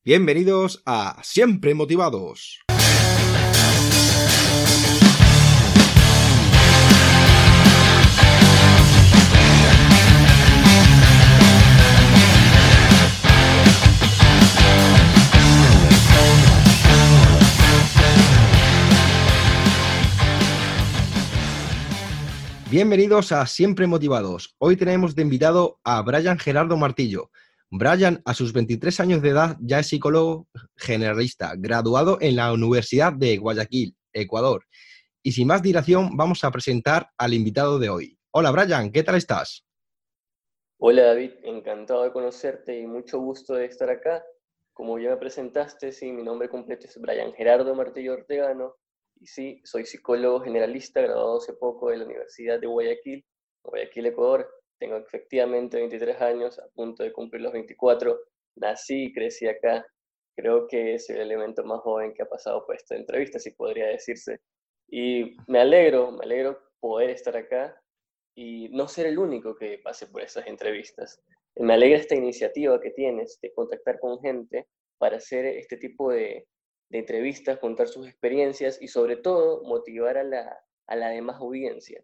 Bienvenidos a Siempre Motivados. Bienvenidos a Siempre Motivados. Hoy tenemos de invitado a Brian Gerardo Martillo. Brian, a sus 23 años de edad, ya es psicólogo generalista, graduado en la Universidad de Guayaquil, Ecuador. Y sin más dilación, vamos a presentar al invitado de hoy. Hola Brian, ¿qué tal estás? Hola David, encantado de conocerte y mucho gusto de estar acá. Como ya me presentaste, sí, mi nombre completo es Brian Gerardo Martillo Ortegano y sí, soy psicólogo generalista, graduado hace poco de la Universidad de Guayaquil, Ecuador. Tengo efectivamente 23 años, a punto de cumplir los 24. Nací y crecí acá. Creo que soy el elemento más joven que ha pasado por esta entrevista, si podría decirse. Y me alegro poder estar acá y no ser el único que pase por esas entrevistas. Me alegra esta iniciativa que tienes de contactar con gente para hacer este tipo de entrevistas, contar sus experiencias y sobre todo motivar a la demás audiencia.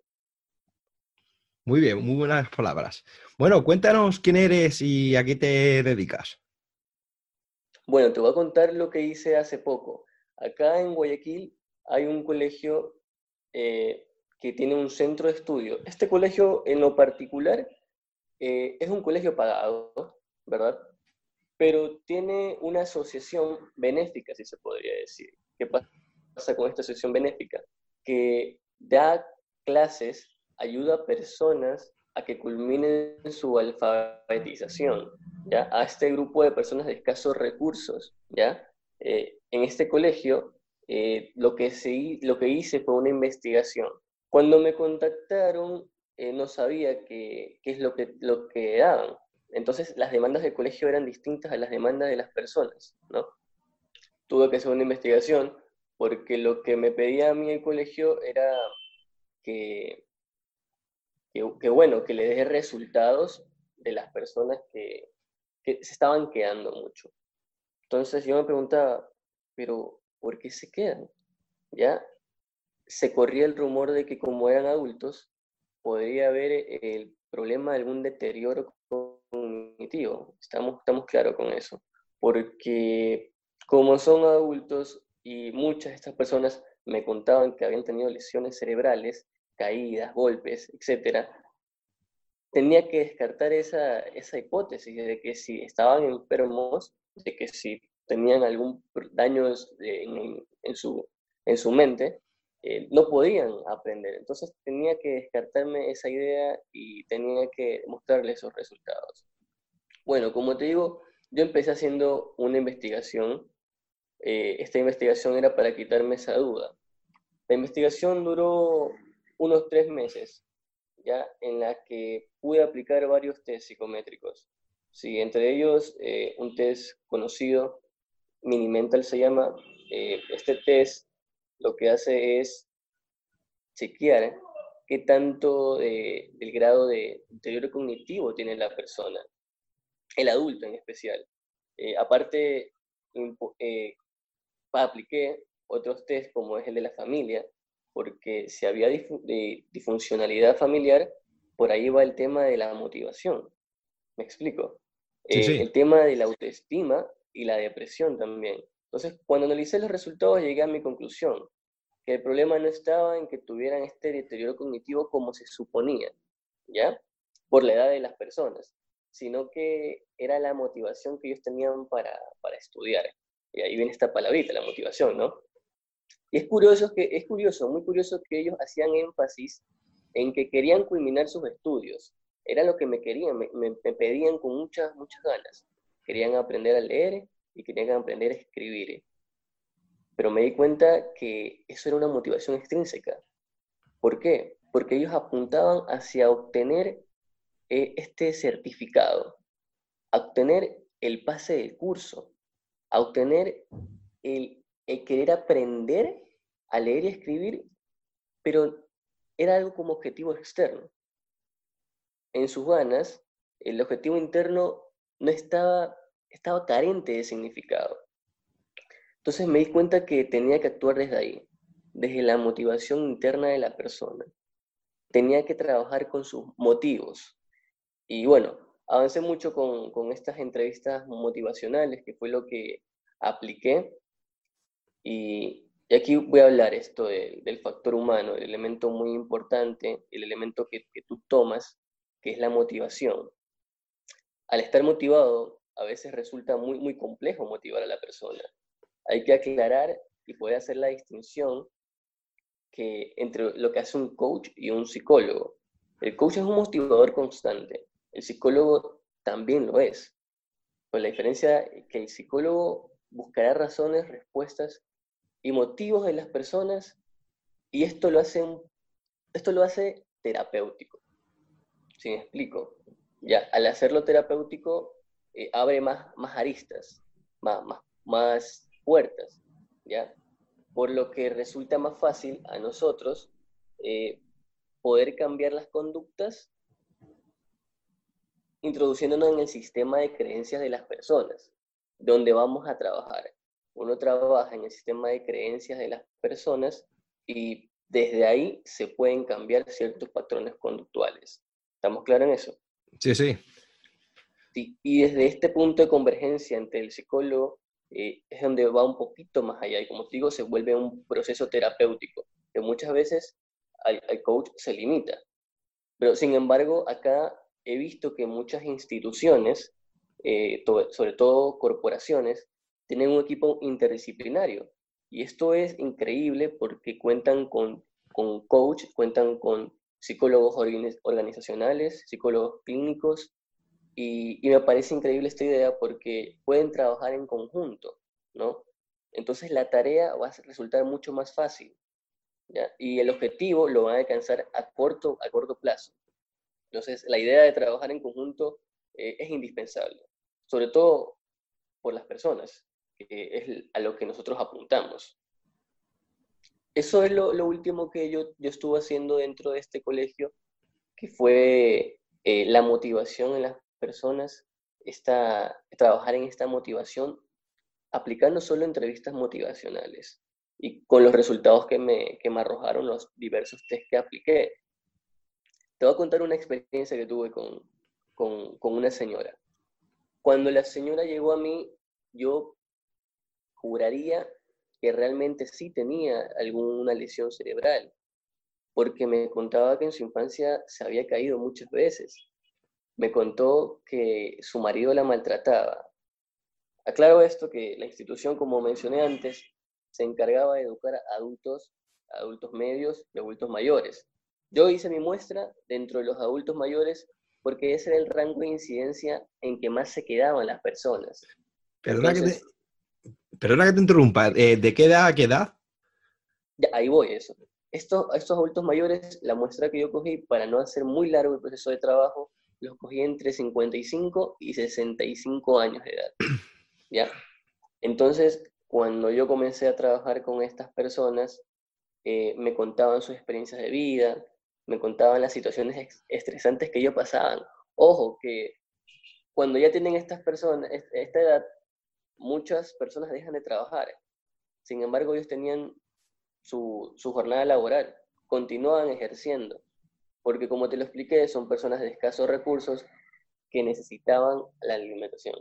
Muy bien, muy buenas palabras. Bueno, cuéntanos quién eres y a qué te dedicas. Bueno, te voy a contar lo que hice hace poco. Acá en Guayaquil hay un colegio que tiene un centro de estudio. Este colegio en lo particular es un colegio pagado, ¿verdad? Pero tiene una asociación benéfica, si se podría decir. ¿Qué pasa con esta asociación benéfica? Que da clases, ayuda a personas a que culminen su alfabetización, ¿ya? A este grupo de personas de escasos recursos, ¿ya? En este colegio, lo que hice fue una investigación. Cuando me contactaron, no sabía qué es lo que daban. Entonces, las demandas del colegio eran distintas a las demandas de las personas, ¿no? Tuve que hacer una investigación porque lo que me pedía a mí el colegio era que, que le dé resultados de las personas que se estaban quedando mucho. Entonces yo me preguntaba, pero ¿por qué se quedan? ¿Ya? Se corría el rumor de que como eran adultos, podría haber el problema de algún deterioro cognitivo. Estamos claros con eso. Porque como son adultos y muchas de estas personas me contaban que habían tenido lesiones cerebrales, caídas, golpes, etcétera, tenía que descartar esa hipótesis de que si estaban enfermos, de que si tenían algún daño en su mente, no podían aprender. Entonces tenía que descartarme esa idea y tenía que mostrarle esos resultados. Bueno, como te digo, yo empecé haciendo una investigación. Esta investigación era para quitarme esa duda. La investigación duró unos 3 meses, ya en la que pude aplicar varios test psicométricos. Sí, entre ellos un test conocido, Mini-Mental se llama. Este test lo que hace es chequear qué tanto del grado de deterioro cognitivo tiene la persona, el adulto en especial. Aparte, apliqué otros test como es el de la familia, porque si había disfuncionalidad familiar, por ahí va el tema de la motivación. ¿Me explico? Sí. El tema de la autoestima y la depresión también. Entonces, cuando analicé los resultados, llegué a mi conclusión, que el problema no estaba en que tuvieran este deterioro cognitivo como se suponía, ¿ya? Por la edad de las personas, sino que era la motivación que ellos tenían para estudiar. Y ahí viene esta palabrita, la motivación, ¿no? Y es curioso, muy curioso que ellos hacían énfasis en que querían culminar sus estudios. Era lo que me querían, me pedían con muchas, muchas ganas. Querían aprender a leer y querían aprender a escribir. Pero me di cuenta que eso era una motivación extrínseca. ¿Por qué? Porque ellos apuntaban hacia obtener este certificado, a obtener el pase del curso, a obtener el querer aprender a leer y escribir, pero era algo como objetivo externo. En sus ganas, el objetivo interno no estaba estaba carente de significado. Entonces me di cuenta que tenía que actuar desde ahí, desde la motivación interna de la persona. Tenía que trabajar con sus motivos. Y bueno, avancé mucho con estas entrevistas motivacionales, que fue lo que apliqué. Y aquí voy a hablar esto del factor humano, el elemento muy importante, el elemento que tú tomas, que es la motivación. Al estar motivado, a veces resulta muy, muy complejo motivar a la persona. Hay que aclarar y poder hacer la distinción entre lo que hace un coach y un psicólogo. El coach es un motivador constante, el psicólogo también lo es. Con la diferencia que el psicólogo buscará razones, respuestas y motivos de las personas, y esto lo hace terapéutico. ¿Sí me explico? Ya, al hacerlo terapéutico, abre más aristas, más puertas, ¿ya? Por lo que resulta más fácil a nosotros eh, poder cambiar las conductas introduciéndonos en el sistema de creencias de las personas, donde vamos a trabajar. Uno trabaja en el sistema de creencias de las personas y desde ahí se pueden cambiar ciertos patrones conductuales. ¿Estamos claros en eso? Sí, sí. Sí, y desde este punto de convergencia entre el psicólogo es donde va un poquito más allá y como te digo, se vuelve un proceso terapéutico que muchas veces al coach se limita. Pero sin embargo, acá he visto que muchas instituciones, sobre todo corporaciones, tienen un equipo interdisciplinario. Y esto es increíble porque cuentan con coach, cuentan con psicólogos organizacionales, psicólogos clínicos, y me parece increíble esta idea porque pueden trabajar en conjunto, ¿no? Entonces la tarea va a resultar mucho más fácil, ¿ya? Y el objetivo lo van a alcanzar a corto plazo. Entonces, la idea de trabajar en conjunto es indispensable, sobre todo por las personas, que es a lo que nosotros apuntamos. Eso es lo último que yo estuve haciendo dentro de este colegio, que fue la motivación en las personas, trabajar en esta motivación, aplicando solo entrevistas motivacionales y con los resultados que me arrojaron los diversos test que apliqué. Te voy a contar una experiencia que tuve con una señora. Cuando la señora llegó a mí, yo juraría que realmente sí tenía alguna lesión cerebral, porque me contaba que en su infancia se había caído muchas veces. Me contó que su marido la maltrataba. Aclaro esto que la institución, como mencioné antes, se encargaba de educar a adultos medios y adultos mayores. Yo hice mi muestra dentro de los adultos mayores porque ese era el rango de incidencia en que más se quedaban las personas. Perdona que te, Entonces, perdona que te interrumpa. ¿De qué edad a qué edad? ya, ahí voy eso. Estos adultos mayores, la muestra que yo cogí, para no hacer muy largo el proceso de trabajo, los cogí entre 55 y 65 años de edad, ¿ya? Entonces, cuando yo comencé a trabajar con estas personas, me contaban sus experiencias de vida, me contaban las situaciones estresantes que ellos pasaban. Ojo, que cuando ya tienen estas personas, esta edad, muchas personas dejan de trabajar. Sin embargo, ellos tenían su jornada laboral, continuaban ejerciendo, porque como te lo expliqué, son personas de escasos recursos que necesitaban la alimentación.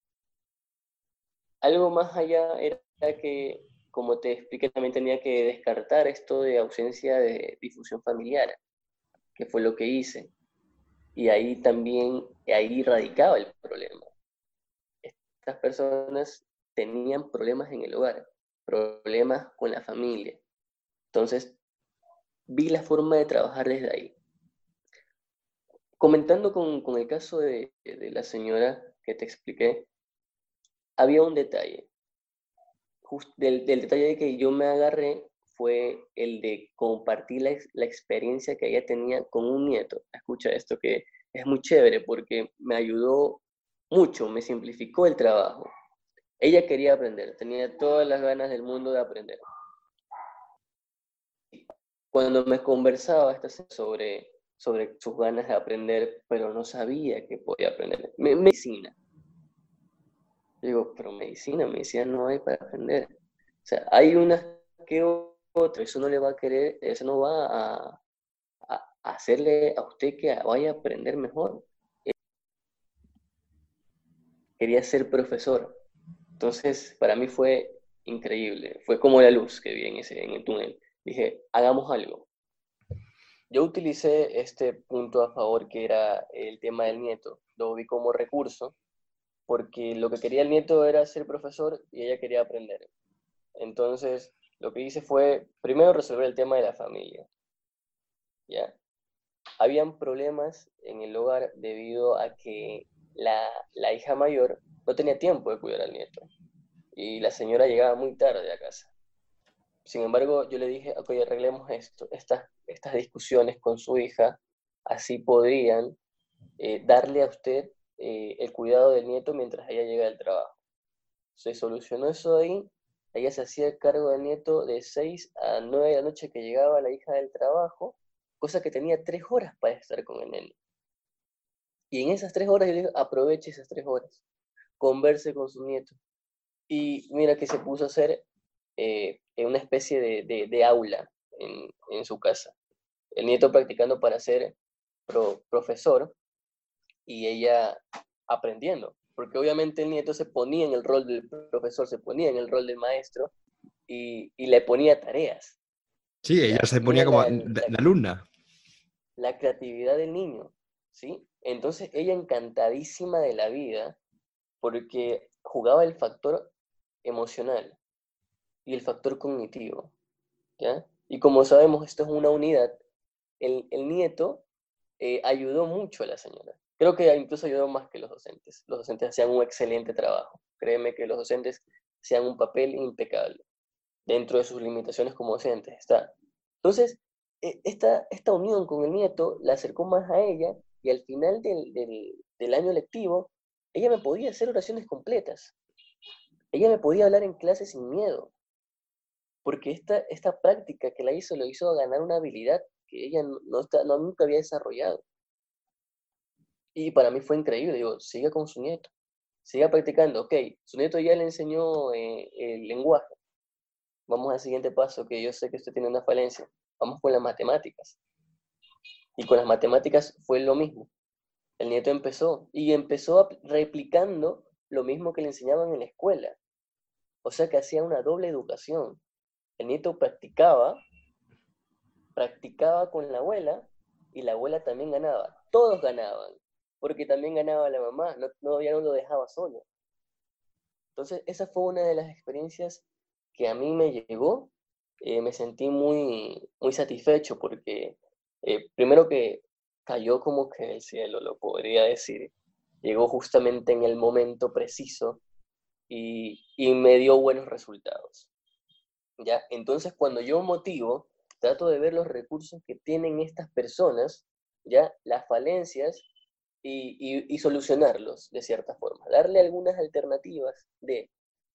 Algo más allá era que, como te expliqué, también tenía que descartar esto de ausencia de difusión familiar, que fue lo que hice. Y ahí radicaba el problema. Estas personas tenían problemas en el hogar, problemas con la familia. Entonces, vi la forma de trabajar desde ahí. Comentando con el caso de la señora que te expliqué, había un detalle. Del detalle de que yo me agarré fue el de compartir la experiencia que ella tenía con un nieto. Escucha esto, que es muy chévere porque me ayudó mucho, me simplificó el trabajo. Ella quería aprender, tenía todas las ganas del mundo de aprender. Cuando me conversaba sobre sus ganas de aprender, pero no sabía que podía aprender. Medicina. Digo, pero medicina no hay para aprender. O sea, hay unas que otras, eso no le va a querer, eso no va a hacerle a usted que vaya a aprender mejor. Quería ser profesor. Entonces, para mí fue increíble. Fue como la luz que vi en el túnel. Dije, hagamos algo. Yo utilicé este punto a favor que era el tema del nieto. Lo vi como recurso porque lo que quería el nieto era ser profesor y ella quería aprender. Entonces, lo que hice fue primero resolver el tema de la familia. ¿Ya? Habían problemas en el hogar debido a que la hija mayor no tenía tiempo de cuidar al nieto y la señora llegaba muy tarde a casa. Sin embargo, yo le dije, ok, arreglemos esto, estas discusiones con su hija, así podrían darle a usted el cuidado del nieto mientras ella llega del trabajo. Se solucionó eso ahí, ella se hacía cargo del nieto de 6 a 9 de la noche que llegaba la hija del trabajo, cosa que tenía 3 horas para estar con el nene. Y en esas 3 horas yo le digo, aproveche esas 3 horas, converse con su nieto. Y mira que se puso a hacer en una especie de aula en su casa. El nieto practicando para ser profesor y ella aprendiendo. Porque obviamente el nieto se ponía en el rol del profesor, se ponía en el rol del maestro y le ponía tareas. Sí, ella ¿Ya? se ponía Mira como de alumna. la creatividad del niño, ¿sí? Entonces ella encantadísima de la vida porque jugaba el factor emocional y el factor cognitivo, ¿ya? Y como sabemos, esto es una unidad, el nieto ayudó mucho a la señora. Creo que incluso ayudó más que los docentes. Los docentes hacían un excelente trabajo. Créeme que los docentes hacían un papel impecable dentro de sus limitaciones como docentes. Está. Entonces, esta unión con el nieto la acercó más a ella y al final del año lectivo, ella me podía hacer oraciones completas. Ella me podía hablar en clase sin miedo, porque esta práctica que la hizo, lo hizo ganar una habilidad que ella nunca había desarrollado. Y para mí fue increíble, digo, siga con su nieto, siga practicando, ok, su nieto ya le enseñó el lenguaje, vamos al siguiente paso, que yo sé que usted tiene una falencia, vamos con las matemáticas. Y con las matemáticas fue lo mismo, el nieto empezó, y empezó replicando lo mismo que le enseñaban en la escuela, o sea que hacía una doble educación. El nieto practicaba con la abuela, y la abuela también ganaba, todos ganaban, porque también ganaba la mamá, ya no lo dejaba solo. Entonces, esa fue una de las experiencias que a mí me llegó. Me sentí muy satisfecho porque primero que cayó como que del cielo, lo podría decir. Llegó justamente en el momento preciso y me dio buenos resultados. ¿Ya? Entonces, cuando yo motivo, trato de ver los recursos que tienen estas personas, ¿ya? Las falencias y solucionarlos de cierta forma. Darle algunas alternativas de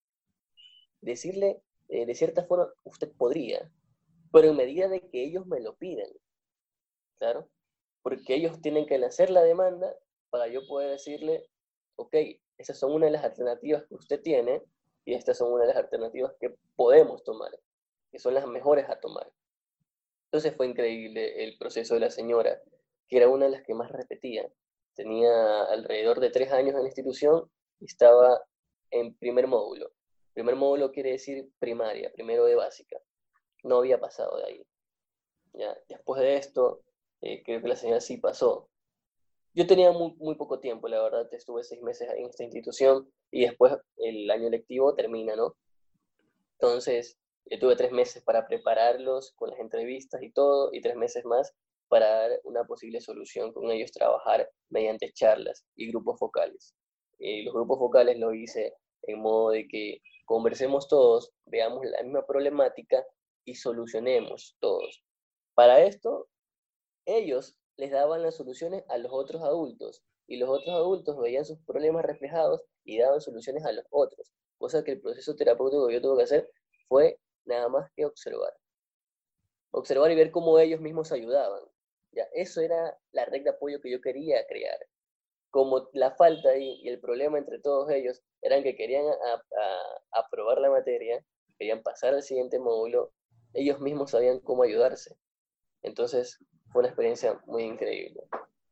decirle, de cierta forma, usted podría, pero en medida de que ellos me lo piden, ¿claro? Porque ellos tienen que hacer la demanda para yo poder decirle, ok, esas son una de las alternativas que usted tiene y estas son una de las alternativas que podemos tomar, que son las mejores a tomar. Entonces fue increíble el proceso de la señora, que era una de las que más repetía. Tenía alrededor de 3 años en la institución y estaba en primer módulo. Primer módulo quiere decir primaria, primero de básica. No había pasado de ahí. ¿Ya? Después de esto, creo que la señora sí pasó. Yo tenía muy poco tiempo, la verdad, estuve 6 meses en esta institución y después el año lectivo termina, ¿no? Entonces, yo tuve 3 meses para prepararlos con las entrevistas y todo, y 3 meses más para dar una posible solución con ellos, trabajar mediante charlas y grupos focales. Los grupos focales lo hice en modo de que conversemos todos, veamos la misma problemática y solucionemos todos. Para esto, ellos les daban las soluciones a los otros adultos y los otros adultos veían sus problemas reflejados y daban soluciones a los otros. Cosa que el proceso terapéutico que yo tuve que hacer fue nada más que observar. Observar y ver cómo ellos mismos ayudaban. Ya, eso era la red de apoyo que yo quería crear. como la falta y el problema entre todos ellos eran que querían aprobar la materia, querían pasar al siguiente módulo, ellos mismos sabían cómo ayudarse. Entonces fue una experiencia muy increíble.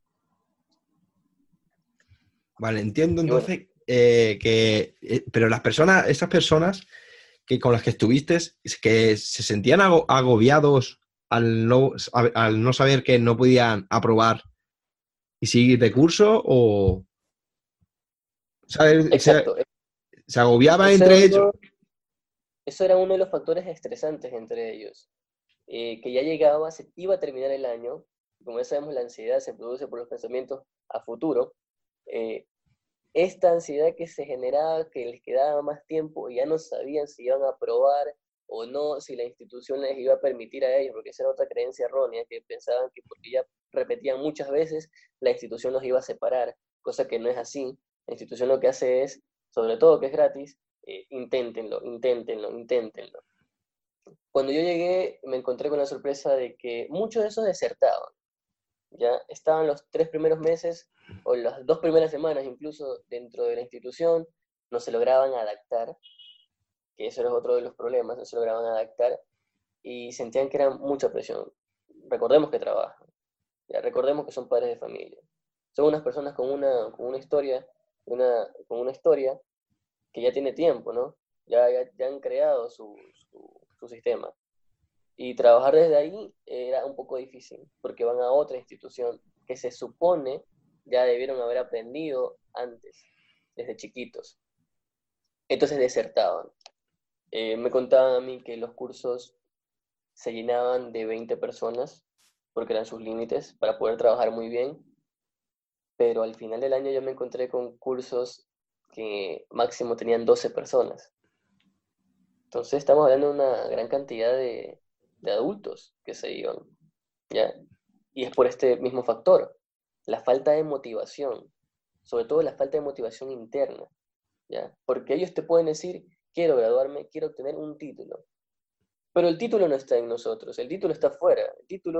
Vale, entiendo Y bueno, entonces pero esas personas que con las que estuviste, es que se sentían agobiados al no saber que no podían aprobar y seguir de curso, o ¿sabes? exacto. Se agobiaban Eso era entre ellos. uno, eso era uno de los factores estresantes entre ellos. Que ya llegaba, se iba a terminar el año. Como ya sabemos, la ansiedad se produce por los pensamientos a futuro. eh, Esta ansiedad que se generaba, que les quedaba más tiempo, y ya no sabían si iban a aprobar o no, si la institución les iba a permitir a ellos, porque esa era otra creencia errónea, que pensaban que porque ya repetían muchas veces, la institución los iba a separar, cosa que no es así. La institución lo que hace es, sobre todo que es gratis, inténtenlo, inténtenlo, inténtenlo. Cuando yo llegué, me encontré con la sorpresa de que muchos de esos desertaban. Ya estaban los 3 primeros meses o las 2 primeras semanas incluso dentro de la institución, no se lograban adaptar, que eso era otro de los problemas, no se lograban adaptar y sentían que era mucha presión. Recordemos que trabajan, ya recordemos que son padres de familia. Son unas personas con una historia, con una historia que ya tiene tiempo, ¿no? Ya han creado su sistema. Y trabajar desde ahí era un poco difícil, porque van a otra institución que se supone ya debieron haber aprendido antes, desde chiquitos. Entonces desertaban. Me contaban a mí que los cursos se llenaban de 20 personas, porque eran sus límites para poder trabajar muy bien, pero al final del año yo me encontré con cursos que máximo tenían 12 personas. Entonces estamos hablando de una gran cantidad de adultos que se iban, ¿ya? Y es por este mismo factor, la falta de motivación, sobre todo la falta de motivación interna, ¿ya? Porque ellos te pueden decir, quiero graduarme, quiero obtener un título, pero el título no está en nosotros, el título está afuera, el título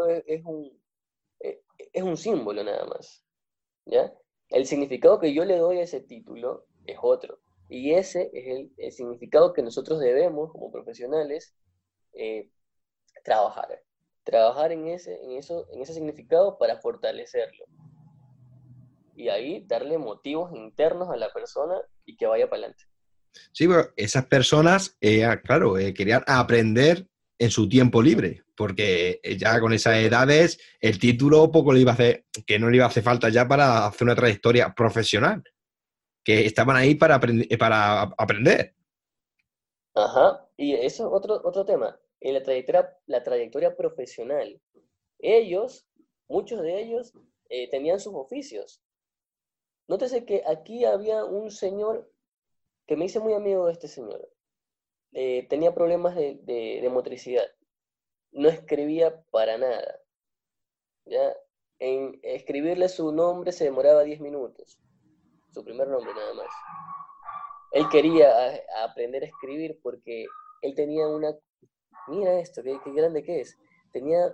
es un símbolo nada más, ¿ya? El significado que yo le doy a ese título es otro, y ese es el significado que nosotros debemos, como profesionales, eh, trabajar. Trabajar en ese significado para fortalecerlo. Y ahí darle motivos internos a la persona y que vaya para adelante. Sí, pero esas personas, claro, querían aprender en su tiempo libre, porque ya con esas edades el título poco le iba a hacer, que no le iba a hacer falta ya para hacer una trayectoria profesional, que estaban ahí para aprender. Ajá, y eso es otro tema. En la trayectoria profesional. Ellos, muchos de ellos, tenían sus oficios. Nótese que aquí había un señor que me hice muy amigo de este señor. Tenía problemas de motricidad. No escribía para nada. ¿Ya? En escribirle su nombre se demoraba 10 minutos. Su primer nombre nada más. Él quería aprender a escribir porque él tenía mira esto, qué grande que es. Tenía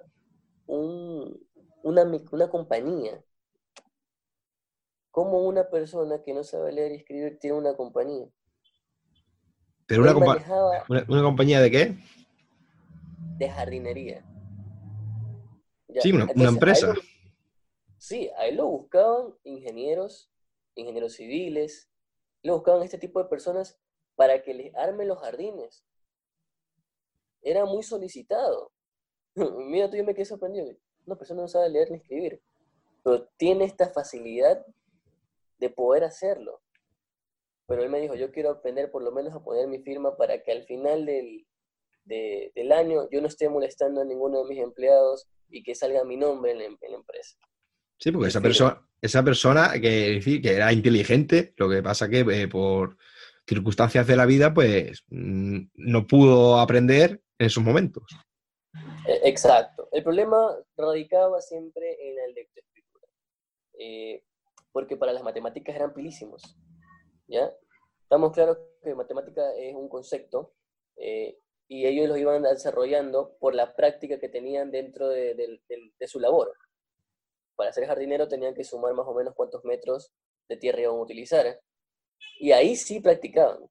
una compañía. ¿Cómo una persona que no sabe leer y escribir tiene una compañía? Pero Él manejaba una compañía de qué? de jardinería. ¿Ya? Sí, una Entonces, empresa. sí, a él lo buscaban ingenieros civiles, lo buscaban este tipo de personas para que les armen los jardines. Era muy solicitado. Mira, tú yo me quedé sorprendido. Una persona no sabe leer ni escribir, pero tiene esta facilidad de poder hacerlo. Pero él me dijo, yo quiero aprender por lo menos a poner mi firma para que al final del año yo no esté molestando a ninguno de mis empleados y que salga mi nombre en la empresa. Sí, porque Mi firma. esa persona que, en fin, que era inteligente, lo que pasa que por circunstancias de la vida, pues no pudo aprender en esos momentos. Exacto. El problema radicaba siempre en la lectoescritura, eh, porque para las matemáticas eran pilísimos, ¿ya? Estamos claros que matemática es un concepto y ellos lo iban desarrollando por la práctica que tenían dentro de su labor. Para ser jardinero tenían que sumar más o menos cuántos metros de tierra iban a utilizar, y ahí sí practicaban.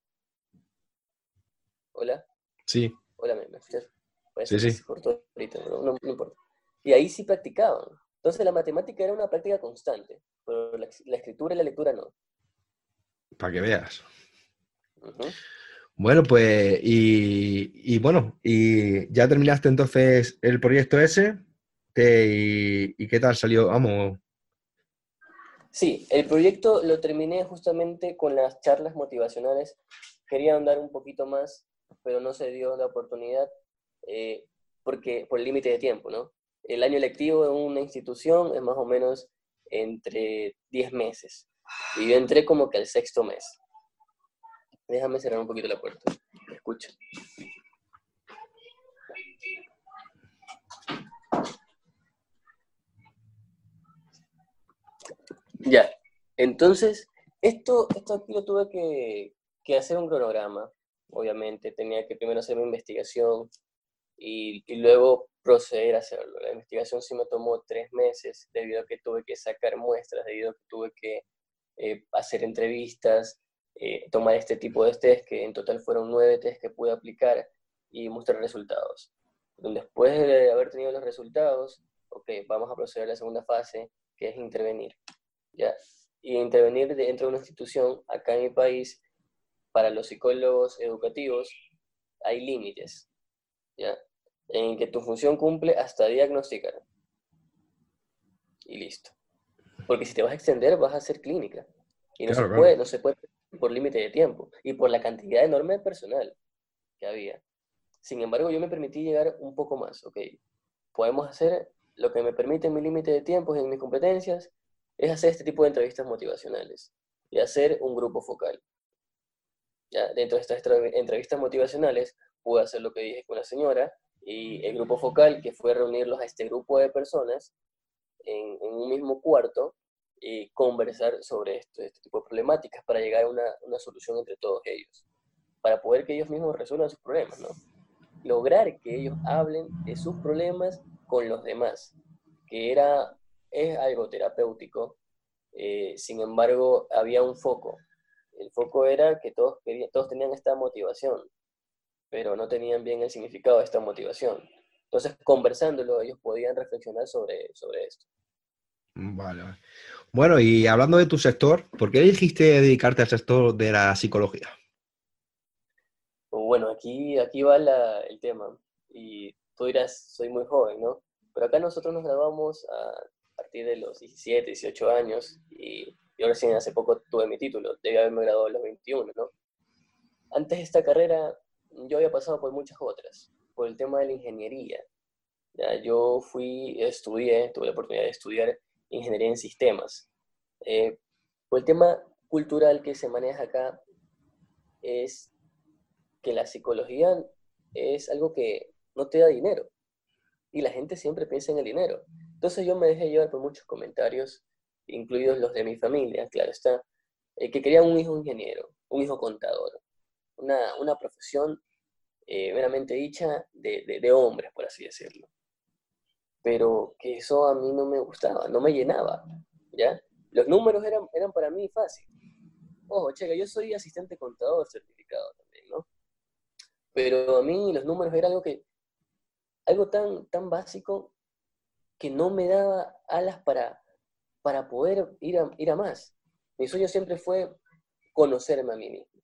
Hola, Sí, hola, ¿me escuchas? sí, Parece que sí. se cortó ahorita, pero no importa. Y ahí sí practicaban. Entonces la matemática era una práctica constante, pero la escritura y la lectura no. Para que veas. Ujú. Bueno, pues, y bueno, y ya terminaste entonces el proyecto ese, y qué tal salió, vamos, Sí, el proyecto lo terminé justamente con las charlas motivacionales. Quería andar un poquito más, pero no se dio la oportunidad eh, porque por el límite de tiempo, ¿no? El año lectivo en una institución es más o menos entre 10 meses. Y yo entré como que al sexto mes. Déjame cerrar un poquito la puerta. Me escucho. Ya. Entonces, esto aquí lo tuve que hacer un cronograma, obviamente. Tenía que primero hacer una investigación y luego proceder a hacerlo. La investigación sí me tomó 3 meses, debido a que tuve que sacar muestras, debido a que tuve que hacer entrevistas, tomar este tipo de test, que en total fueron 9 test que pude aplicar y mostrar resultados. Después de haber tenido los resultados, ok, vamos a proceder a la segunda fase, que es intervenir. ¿Ya? Y intervenir dentro de una institución, acá en mi país, para los psicólogos educativos, hay límites, ¿ya? En que tu función cumple hasta diagnosticar. Y listo. Porque si te vas a extender, vas a hacer clínica. Y claro, claro. no se puede por límite de tiempo y por la cantidad enorme de personal que había. Sin embargo, yo me permití llegar un poco más, ok. Podemos hacer lo que me permite mi límite de tiempo y en mis competencias, es hacer este tipo de entrevistas motivacionales y hacer un grupo focal. ¿Ya? Dentro de estas entrevistas motivacionales pude hacer lo que dije con la señora y el grupo focal, que fue reunirlos a este grupo de personas en un mismo cuarto y conversar sobre este tipo de problemáticas para llegar a una solución entre todos ellos, para poder que ellos mismos resuelvan sus problemas, ¿no? Lograr que ellos hablen de sus problemas con los demás, que es algo terapéutico. Sin embargo, había un foco. El foco era que todos tenían esta motivación, pero no tenían bien el significado de esta motivación. Entonces, conversándolo, ellos podían reflexionar sobre esto. Vale, vale. Bueno, y hablando de tu sector, ¿por qué elegiste dedicarte al sector de la psicología? Bueno, aquí va el tema. Y tú dirás, soy muy joven, ¿no? Pero acá nosotros nos graduamos a partir de los 17, 18 años y yo recién hace poco tuve mi título, debí haberme graduado a los 21, ¿no? Antes de esta carrera yo había pasado por muchas otras, por el tema de la ingeniería. Ya, yo tuve la oportunidad de estudiar ingeniería en sistemas. Por el tema cultural que se maneja acá es que la psicología es algo que no te da dinero y la gente siempre piensa en el dinero. Entonces yo me dejé llevar por muchos comentarios, incluidos los de mi familia, claro está, que querían un hijo ingeniero, un hijo contador, una profesión meramente dicha de hombres, por así decirlo. Pero que eso a mí no me gustaba, no me llenaba, ¿ya? Los números eran para mí fácil. Ojo, checa, yo soy asistente contador certificado también, ¿no? Pero a mí los números era algo tan básico que no me daba alas para poder ir a más. Mi sueño siempre fue conocerme a mí mismo,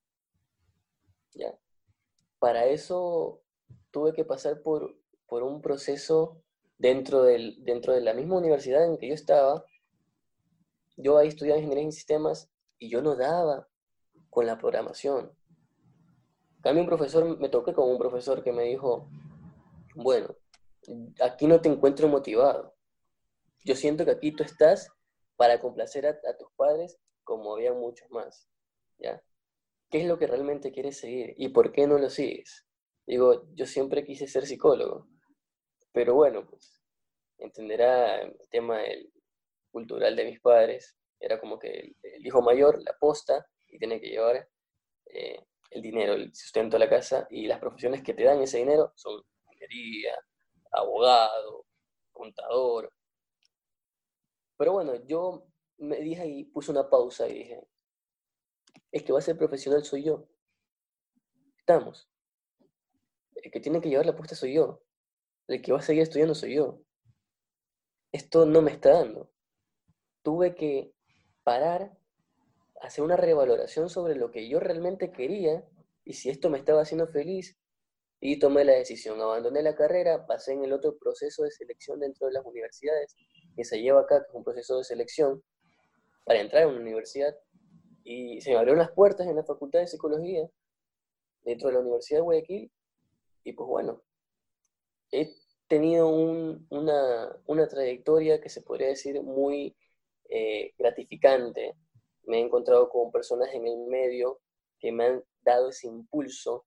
¿ya? Para eso tuve que pasar por un proceso dentro de la misma universidad en que yo estaba. Yo ahí estudiaba ingeniería en sistemas y yo no daba con la programación. En cambio, me toqué con un profesor que me dijo, bueno, aquí no te encuentro motivado. Yo siento que aquí tú estás para complacer a tus padres como había muchos más, ¿ya? ¿Qué es lo que realmente quieres seguir y por qué no lo sigues? Digo, yo siempre quise ser psicólogo, pero bueno, pues entenderá el tema cultural de mis padres. Era como que el hijo mayor, la posta, y tiene que llevar eh, el dinero, el sustento a la casa, y las profesiones que te dan ese dinero son ingeniería, abogado, contador. Pero bueno, yo me dije y puse una pausa y dije, el que va a ser profesional soy yo. Estamos. El que tiene que llevar la apuesta soy yo. El que va a seguir estudiando soy yo. Esto no me está dando. Tuve que parar, hacer una revaloración sobre lo que yo realmente quería y si esto me estaba haciendo feliz. Y tomé la decisión, abandoné la carrera, pasé en el otro proceso de selección dentro de las universidades que se lleva acá, que es un proceso de selección para entrar a una universidad. Y se me abrieron las puertas en la Facultad de Psicología, dentro de la Universidad de Guayaquil, y pues bueno, he tenido una trayectoria que se podría decir muy gratificante. Me he encontrado con personas en el medio que me han dado ese impulso.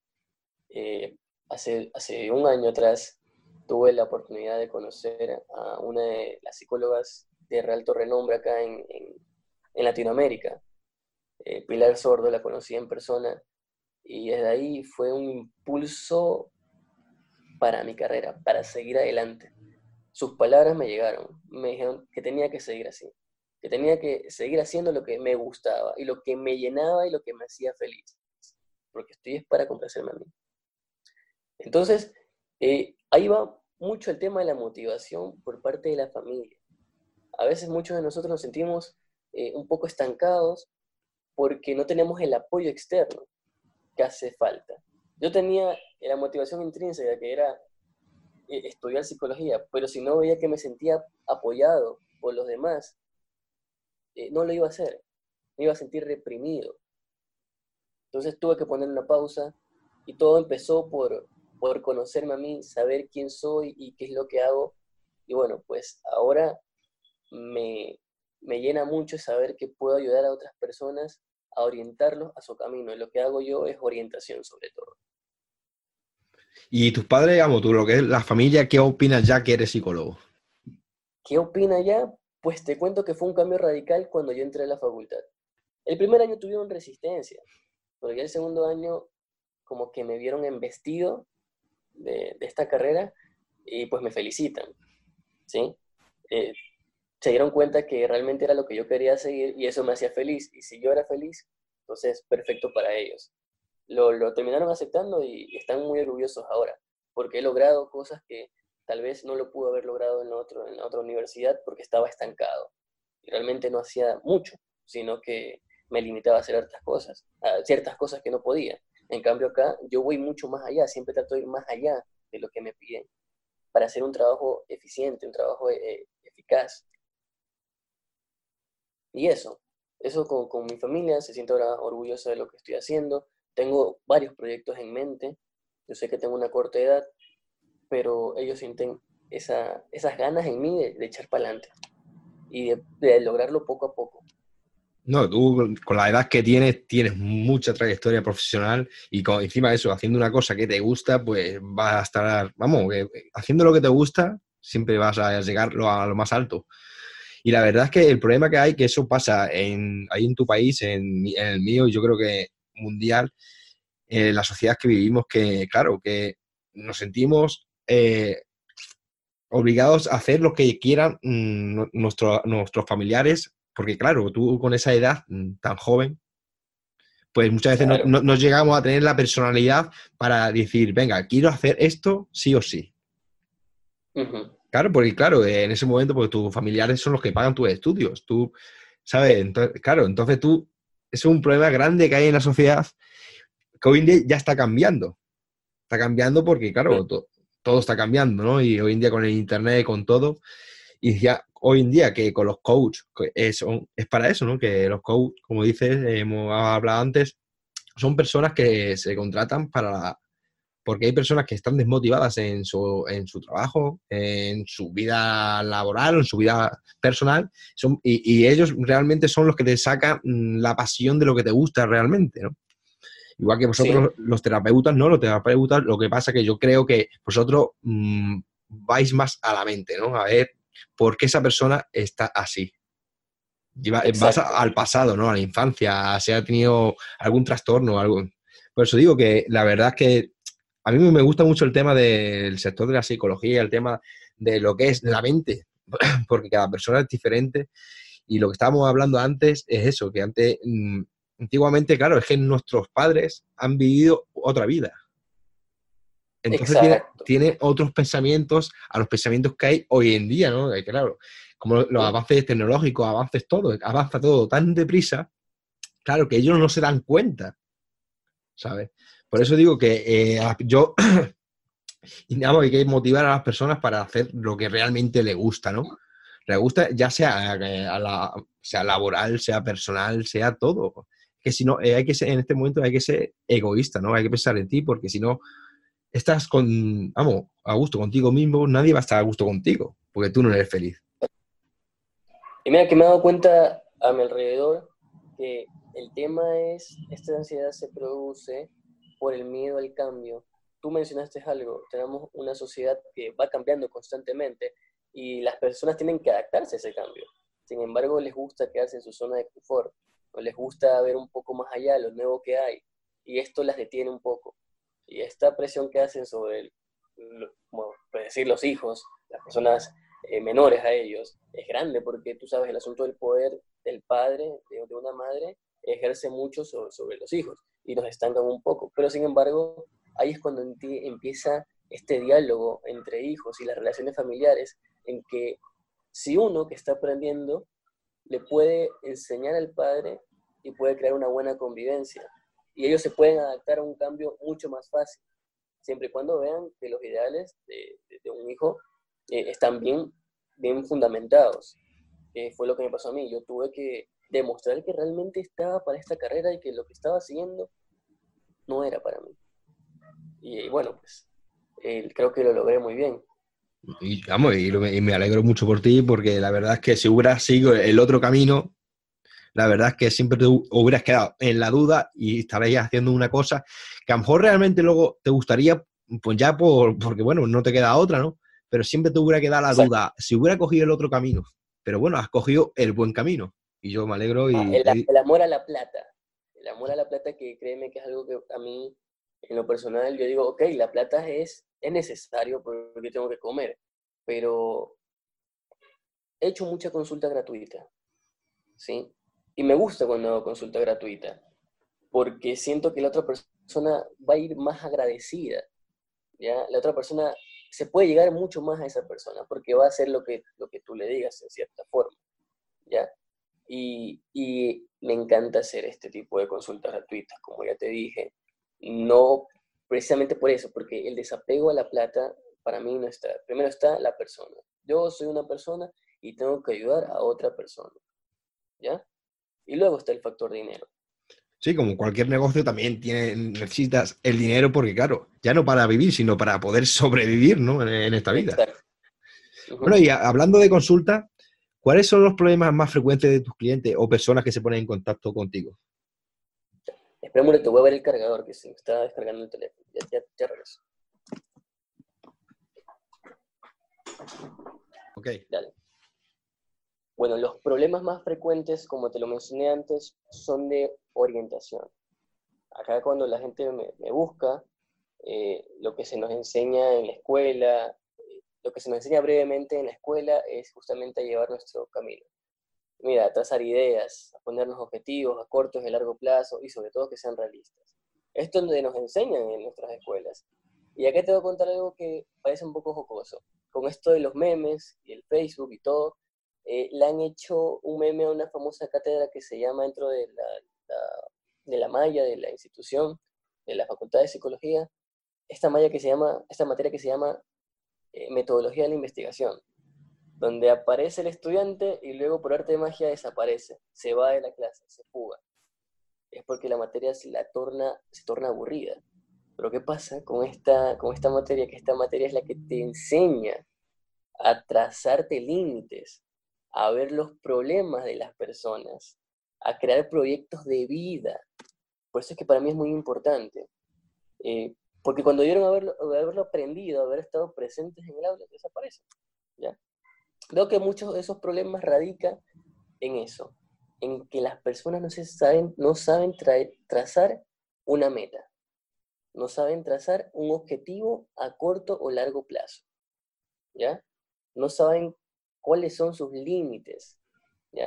Hace un año atrás tuve la oportunidad de conocer a una de las psicólogas de alto renombre acá en Latinoamérica. Pilar Sordo, la conocí en persona y desde ahí fue un impulso para mi carrera, para seguir adelante. Sus palabras me llegaron, me dijeron que tenía que seguir así, que tenía que seguir haciendo lo que me gustaba y lo que me llenaba y lo que me hacía feliz, porque estoy es para complacerme a mí. Entonces, ahí va mucho el tema de la motivación por parte de la familia. A veces muchos de nosotros nos sentimos un poco estancados porque no tenemos el apoyo externo que hace falta. Yo tenía la motivación intrínseca que era estudiar psicología, pero si no veía que me sentía apoyado por los demás, no lo iba a hacer, me iba a sentir reprimido. Entonces tuve que poner una pausa y todo empezó por conocerme a mí, saber quién soy y qué es lo que hago. Y bueno, pues ahora me llena mucho saber que puedo ayudar a otras personas a orientarlos a su camino. Y lo que hago yo es orientación sobre todo. Y tus padres, digamos, tú, lo que es la familia, ¿qué opinas ya que eres psicólogo? ¿Qué opina ya? Pues te cuento que fue un cambio radical cuando yo entré a la facultad. El primer año tuvieron resistencia, pero ya el segundo año como que me vieron embestido de esta carrera y pues me felicitan, ¿sí? Se dieron cuenta que realmente era lo que yo quería seguir y eso me hacía feliz. Y si yo era feliz, entonces perfecto para ellos. Lo terminaron aceptando y están muy orgullosos ahora, porque he logrado cosas que tal vez no lo pude haber logrado en la otra universidad porque estaba estancado. Y realmente no hacía mucho, sino que me limitaba a hacer ciertas cosas que no podía. En cambio acá yo voy mucho más allá, siempre trato de ir más allá de lo que me piden para hacer un trabajo eficiente, un trabajo eficaz. Y eso con mi familia, se siente ahora orgullosa de lo que estoy haciendo. Tengo varios proyectos en mente. Yo sé que tengo una corta edad, pero ellos sienten esas ganas en mí de echar para adelante y de lograrlo poco a poco. No, tú con la edad que tienes mucha trayectoria profesional y encima de eso, haciendo una cosa que te gusta, pues vas a estar, vamos, haciendo lo que te gusta, siempre vas a llegar a lo más alto. Y la verdad es que el problema que hay, que eso pasa ahí en tu país, en el mío, y yo creo que mundial, en la sociedad que vivimos, que claro, que nos sentimos obligados a hacer lo que quieran nuestros familiares, porque claro, tú con esa edad tan joven, pues muchas veces Claro. no llegamos a tener la personalidad para decir, venga, quiero hacer esto sí o sí. Uh-huh. Claro, porque claro, en ese momento pues tus familiares son los que pagan tus estudios, tú, ¿sabes? Entonces, claro, entonces tú, eso es un problema grande que hay en la sociedad que hoy en día ya está cambiando. Está cambiando porque, claro, todo está cambiando, ¿no? Y hoy en día con el internet, con todo, y ya hoy en día que con los coaches, es para eso, ¿no? Que los coaches, como dices, hemos hablado antes, son personas que se contratan porque hay personas que están desmotivadas en su trabajo, en su vida laboral, en su vida personal, y ellos realmente son los que te sacan la pasión de lo que te gusta realmente, ¿no? Igual que Sí. vosotros, los terapeutas, ¿no? Los terapeutas, lo que pasa que yo creo que vosotros vais más a la mente, ¿no? A ver por qué esa persona está así. Vas Exacto. al pasado, ¿no? A la infancia, si ha tenido algún trastorno, algo. Por eso digo que la verdad es que a mí me gusta mucho el tema del sector de la psicología, el tema de lo que es la mente, porque cada persona es diferente Y lo que estábamos hablando antes es eso, que antes, antiguamente, claro, es que nuestros padres han vivido otra vida. Entonces Exacto. tiene otros pensamientos a los pensamientos que hay hoy en día, ¿no? Claro, como los avances tecnológicos, avances todo, avanza todo tan deprisa, claro, que ellos no se dan cuenta, ¿sabes? Por eso digo que yo, digamos, hay que motivar a las personas para hacer lo que realmente les gusta, ¿no? Les gusta, ya sea, sea laboral, sea personal, sea todo. Que si no, hay que ser, en este momento hay que ser egoísta, ¿no? Hay que pensar en ti, porque si no, estás vamos, a gusto contigo mismo, nadie va a estar a gusto contigo, porque tú no eres feliz. Y mira que me he dado cuenta a mi alrededor que el tema es, esta ansiedad se produce por el miedo al cambio. Tú mencionaste algo, tenemos una sociedad que va cambiando constantemente y las personas tienen que adaptarse a ese cambio. Sin embargo, les gusta quedarse en su zona de confort, o les gusta ver un poco más allá, lo nuevo que hay, y esto las detiene un poco. Y esta presión que hacen sobre, bueno, pues decir, los hijos, las personas menores a ellos, es grande porque tú sabes, el asunto del poder del padre, de una madre, ejerce mucho sobre los hijos y nos estancan un poco. Pero sin embargo, ahí es cuando empieza este diálogo entre hijos y las relaciones familiares, en que si uno que está aprendiendo le puede enseñar al padre y puede crear una buena convivencia. Y ellos se pueden adaptar a un cambio mucho más fácil, siempre y cuando vean que los ideales de un hijo están bien fundamentados. Fue lo que me pasó a mí. Yo tuve que demostrar que realmente estaba para esta carrera y que lo que estaba siguiendo no era para mí. Y bueno, pues creo que lo logré muy bien. Y, vamos, y me alegro mucho por ti, porque la verdad es que si hubieras seguido el otro camino, la verdad es que siempre te hubieras quedado en la duda y estarías haciendo una cosa que a lo mejor realmente luego te gustaría, pues ya porque bueno, no te queda otra, ¿no? Pero siempre te hubiera quedado la Exacto. duda, si hubiera cogido el otro camino. Pero bueno, has cogido el buen camino. Y yo me alegro Ah, y el amor a la plata. El amor a la plata, que créeme que es algo que a mí, en lo personal, yo digo, ok, la plata es necesario porque tengo que comer, pero he hecho mucha consulta gratuita, ¿sí? Y me gusta cuando hago consulta gratuita, porque siento que la otra persona va a ir más agradecida, ¿ya? La otra persona se puede llegar mucho más a esa persona, porque va a hacer lo que tú le digas, en cierta forma, ¿ya? Y me encanta hacer este tipo de consultas gratuitas, como ya te dije, no precisamente por eso, porque el desapego a la plata para mí no está. Primero está la persona. Yo soy una persona y tengo que ayudar a otra persona, ¿ya? Y luego está el factor dinero. sí, como cualquier negocio también necesitas el dinero porque, claro, ya no para vivir, sino para poder sobrevivir, ¿no? En esta vida. Exacto. Bueno, Ujú. y hablando de consulta, ¿cuáles son los problemas más frecuentes de tus clientes o personas que se ponen en contacto contigo? Espera un momento, voy a ver el cargador que se me está descargando el teléfono. Ya regreso. Ok. Dale. Bueno, los problemas más frecuentes, como te lo mencioné antes, son de orientación. Acá cuando la gente me busca, lo que se nos enseña en la escuela, lo que se nos enseña brevemente en la escuela es justamente a llevar nuestro camino. Mira, a trazar ideas, a ponernos objetivos a corto y a largo plazo y sobre todo que sean realistas. Esto es donde nos enseñan en nuestras escuelas. Y acá te voy a contar algo que parece un poco jocoso. Con esto de los memes y el Facebook y todo, le han hecho un meme a una famosa cátedra que se llama dentro de la malla de la institución, de la Facultad de Psicología, esta materia que se llama metodología de la investigación, donde aparece el estudiante y luego por arte de magia desaparece, se va de la clase, se fuga. Es porque la materia se torna aburrida. Pero ¿qué pasa con esta materia? Que esta materia es la que te enseña a trazarte límites, a ver los problemas de las personas, a crear proyectos de vida. Por eso es que para mí es muy importante. Porque cuando dieron haberlo aprendido, haber estado presentes en el aula, desaparecen. ¿Ya? Creo que muchos de esos problemas radican en eso, en que las personas no saben trazar una meta, no saben trazar un objetivo a corto o largo plazo, ¿ya? No saben cuáles son sus límites, ¿ya?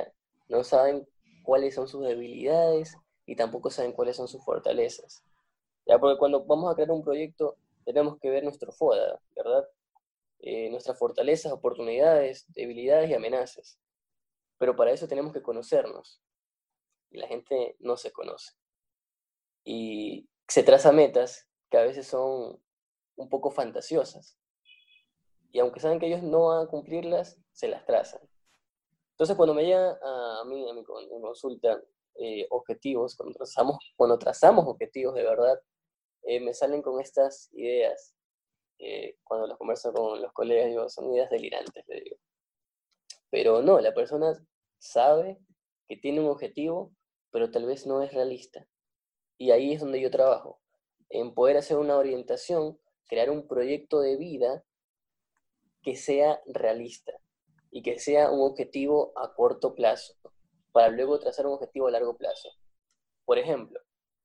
no saben cuáles son sus debilidades y tampoco saben cuáles son sus fortalezas. Ya, porque cuando vamos a crear un proyecto tenemos que ver nuestro FODA, ¿verdad? Nuestras fortalezas, oportunidades, debilidades y amenazas. Pero para eso tenemos que conocernos. Y la gente no se conoce. Y se traza metas que a veces son un poco fantasiosas. Y aunque saben que ellos no van a cumplirlas, se las trazan. Entonces, cuando me llega a mí, a mi consulta, objetivos, cuando trazamos objetivos de verdad, me salen con estas ideas. Cuando las converso con los colegas, digo, son ideas delirantes, le digo. Pero no, la persona sabe que tiene un objetivo, pero tal vez no es realista. Y ahí es donde yo trabajo, en poder hacer una orientación, crear un proyecto de vida que sea realista y que sea un objetivo a corto plazo, para luego trazar un objetivo a largo plazo. Por ejemplo,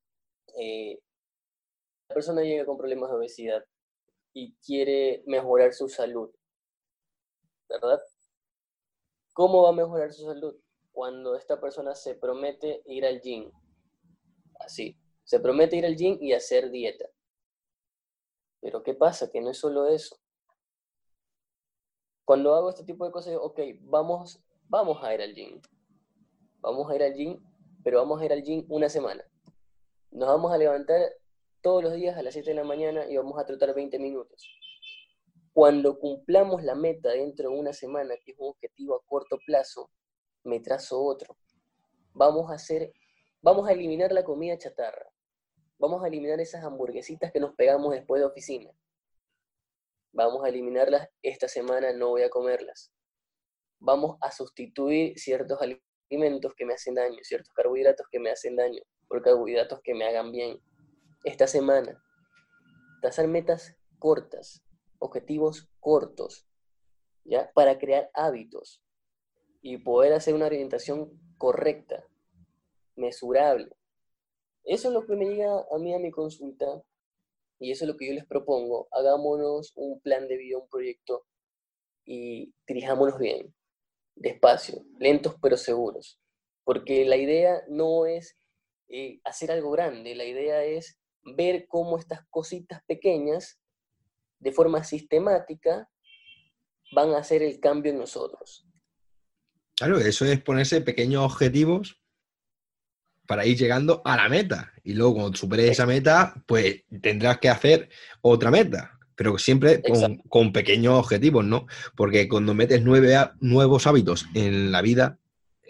la persona llega con problemas de obesidad y quiere mejorar su salud, ¿verdad? ¿Cómo va a mejorar su salud? Cuando esta persona se promete ir al gym, así, se promete ir al gym y hacer dieta. Pero ¿qué pasa? Que no es solo eso. Cuando hago este tipo de cosas, digo, ok, vamos a ir al gym. Vamos a ir al gym, pero vamos a ir al gym una semana. Nos vamos a levantar todos los días a las 7 de la mañana y vamos a trotar 20 minutos. Cuando cumplamos la meta dentro de una semana, que es un objetivo a corto plazo, me trazo otro. Vamos a eliminar la comida chatarra. Vamos a eliminar esas hamburguesitas que nos pegamos después de oficina. Vamos a eliminarlas, esta semana no voy a comerlas. Vamos a sustituir ciertos alimentos que me hacen daño, ciertos carbohidratos que me hacen daño, por carbohidratos que me hagan bien. Esta semana, trazar metas cortas, objetivos cortos, ¿ya? Para crear hábitos y poder hacer una orientación correcta, mesurable. Eso es lo que me llega a mí a mi consulta y eso es lo que yo les propongo. Hagámonos un plan de vida, un proyecto y dirijámonos bien, despacio, lentos pero seguros. Porque la idea no es hacer algo grande, la idea es ver cómo estas cositas pequeñas, de forma sistemática, van a hacer el cambio en nosotros. Claro, eso es ponerse pequeños objetivos para ir llegando a la meta. Y luego cuando superes esa meta, pues tendrás que hacer otra meta. Pero siempre con pequeños objetivos, ¿no? Porque cuando metes nuevos hábitos en la vida,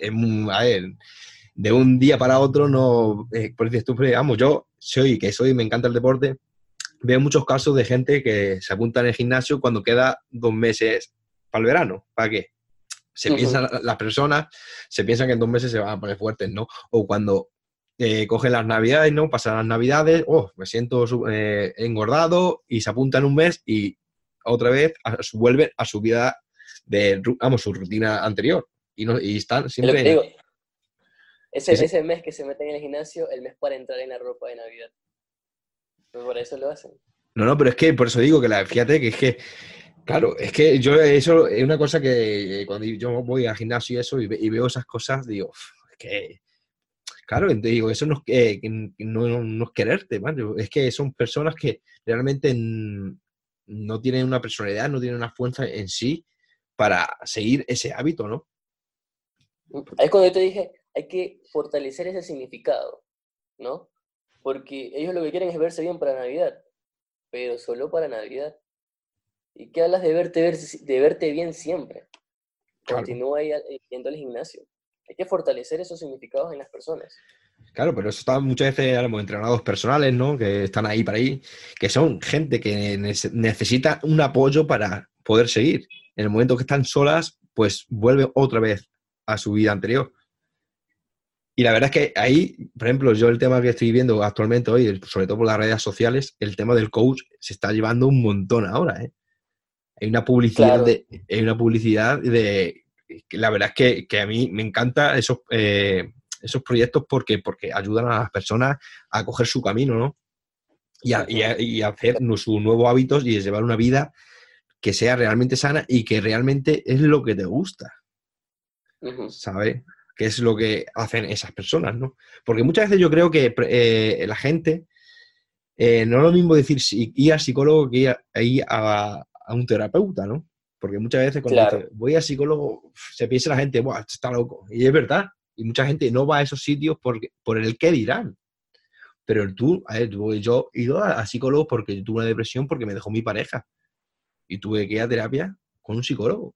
a ver, de un día para otro no... por decir tú, vamos, me encanta el deporte, veo muchos casos de gente que se apunta en el gimnasio cuando queda 2 meses para el verano. ¿Para qué? Las personas se piensan que en 2 meses se van a poner fuertes, ¿no? O cuando cogen las navidades, ¿no? Pasan las navidades, me siento engordado y se apuntan un mes y otra vez vuelven a su vida su rutina anterior. Y están siempre... Digo, ese mes que se meten en el gimnasio, el mes para entrar en la ropa de Navidad. Pues por eso lo hacen. No, pero es que por eso digo que fíjate que es que claro, es que yo eso es una cosa que cuando yo voy al gimnasio y eso y veo esas cosas, digo, es que, claro, te digo, eso no es quererte, ¿vale? Es que son personas que realmente no tienen una personalidad, no tienen una fuerza en sí para seguir ese hábito, ¿no? Es cuando yo te dije, hay que fortalecer ese significado, ¿no? Porque ellos lo que quieren es verse bien para Navidad, pero solo para Navidad. ¿Y qué hablas de verte bien siempre? Claro. Continúa yendo al gimnasio. Hay que fortalecer esos significados en las personas. Claro, pero eso está muchas veces éramos entrenados personales, ¿no? Que están ahí para ahí, que son gente que necesita un apoyo para poder seguir. En el momento que están solas, pues vuelve otra vez a su vida anterior. Y la verdad es que ahí, por ejemplo, yo el tema que estoy viendo actualmente hoy, sobre todo por las redes sociales, el tema del coach se está llevando un montón ahora, ¿eh? Hay una publicidad Claro. de que la verdad es que a mí me encanta esos proyectos porque ayudan a las personas a coger su camino, ¿no? Y a hacer sus nuevos hábitos y a llevar una vida que sea realmente sana y que realmente es lo que te gusta, ¿sabes? que es lo que hacen esas personas, ¿no? Porque muchas veces yo creo que la gente, no es lo mismo decir ir al psicólogo que ir a un terapeuta, ¿no? Porque muchas veces cuando Claro, dice voy al psicólogo, se piensa la gente, ¡buah, este está loco! Y es verdad. Y mucha gente no va a esos sitios por el qué dirán. Pero tú, a ver, yo he ido a psicólogos porque tuve una depresión porque me dejó mi pareja. Y tuve que ir a terapia con un psicólogo.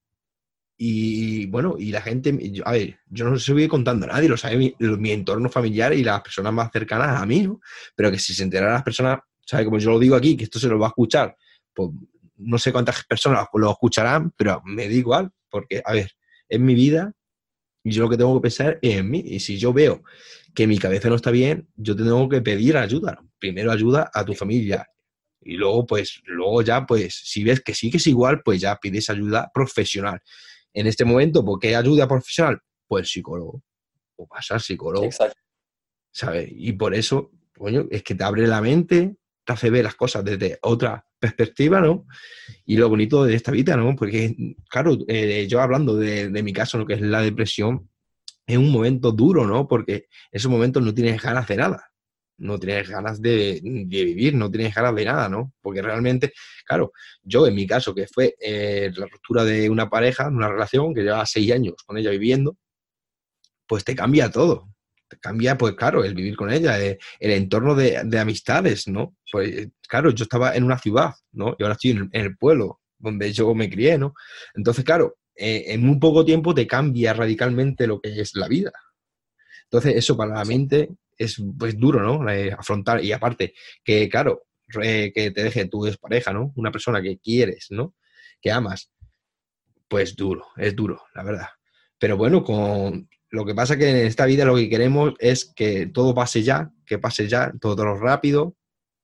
Y bueno, y la gente, a ver, yo no se lo voy contando a nadie, lo sabe mi entorno familiar y las personas más cercanas a mí, ¿no? Pero que si se enteran las personas, ¿sabes? Como yo lo digo aquí, que esto se lo va a escuchar, pues no sé cuántas personas lo escucharán, pero me da igual, porque, a ver, es mi vida y yo lo que tengo que pensar es en mí. Y si yo veo que mi cabeza no está bien, yo tengo que pedir ayuda. Primero ayuda a tu familia. Y luego, pues, luego ya, pues, si ves que sí que es igual, pues ya pides ayuda profesional. En este momento, ¿por qué ayuda profesional? Pues psicólogo. O vas al psicólogo, exacto. ¿sabes? Y por eso, coño, es que te abre la mente, te hace ver las cosas desde otra perspectiva, ¿no? Y lo bonito de esta vida, ¿no? Porque, claro, yo hablando de mi caso, lo que es la depresión, es un momento duro, ¿no? Porque en esos momentos no tienes ganas de nada. No tienes ganas de vivir, no tienes ganas de nada, ¿no? Porque realmente, claro, yo en mi caso, que fue la ruptura de una pareja, una relación que llevaba 6 años con ella viviendo, pues te cambia todo. Te cambia, pues claro, el vivir con ella, el entorno de amistades, ¿no? Pues claro, yo estaba en una ciudad, ¿no? Y ahora estoy en el pueblo donde yo me crié, ¿no? Entonces, claro, en muy poco tiempo te cambia radicalmente lo que es la vida. Entonces, eso para la Sí. mente es pues duro, ¿no? Afrontar. Y aparte, que claro, que te deje tu expareja, ¿no? Una persona que quieres, ¿no? Que amas, pues duro, es duro, la verdad. Pero bueno, lo que pasa que en esta vida lo que queremos es que todo pase ya, que pase ya, todo lo rápido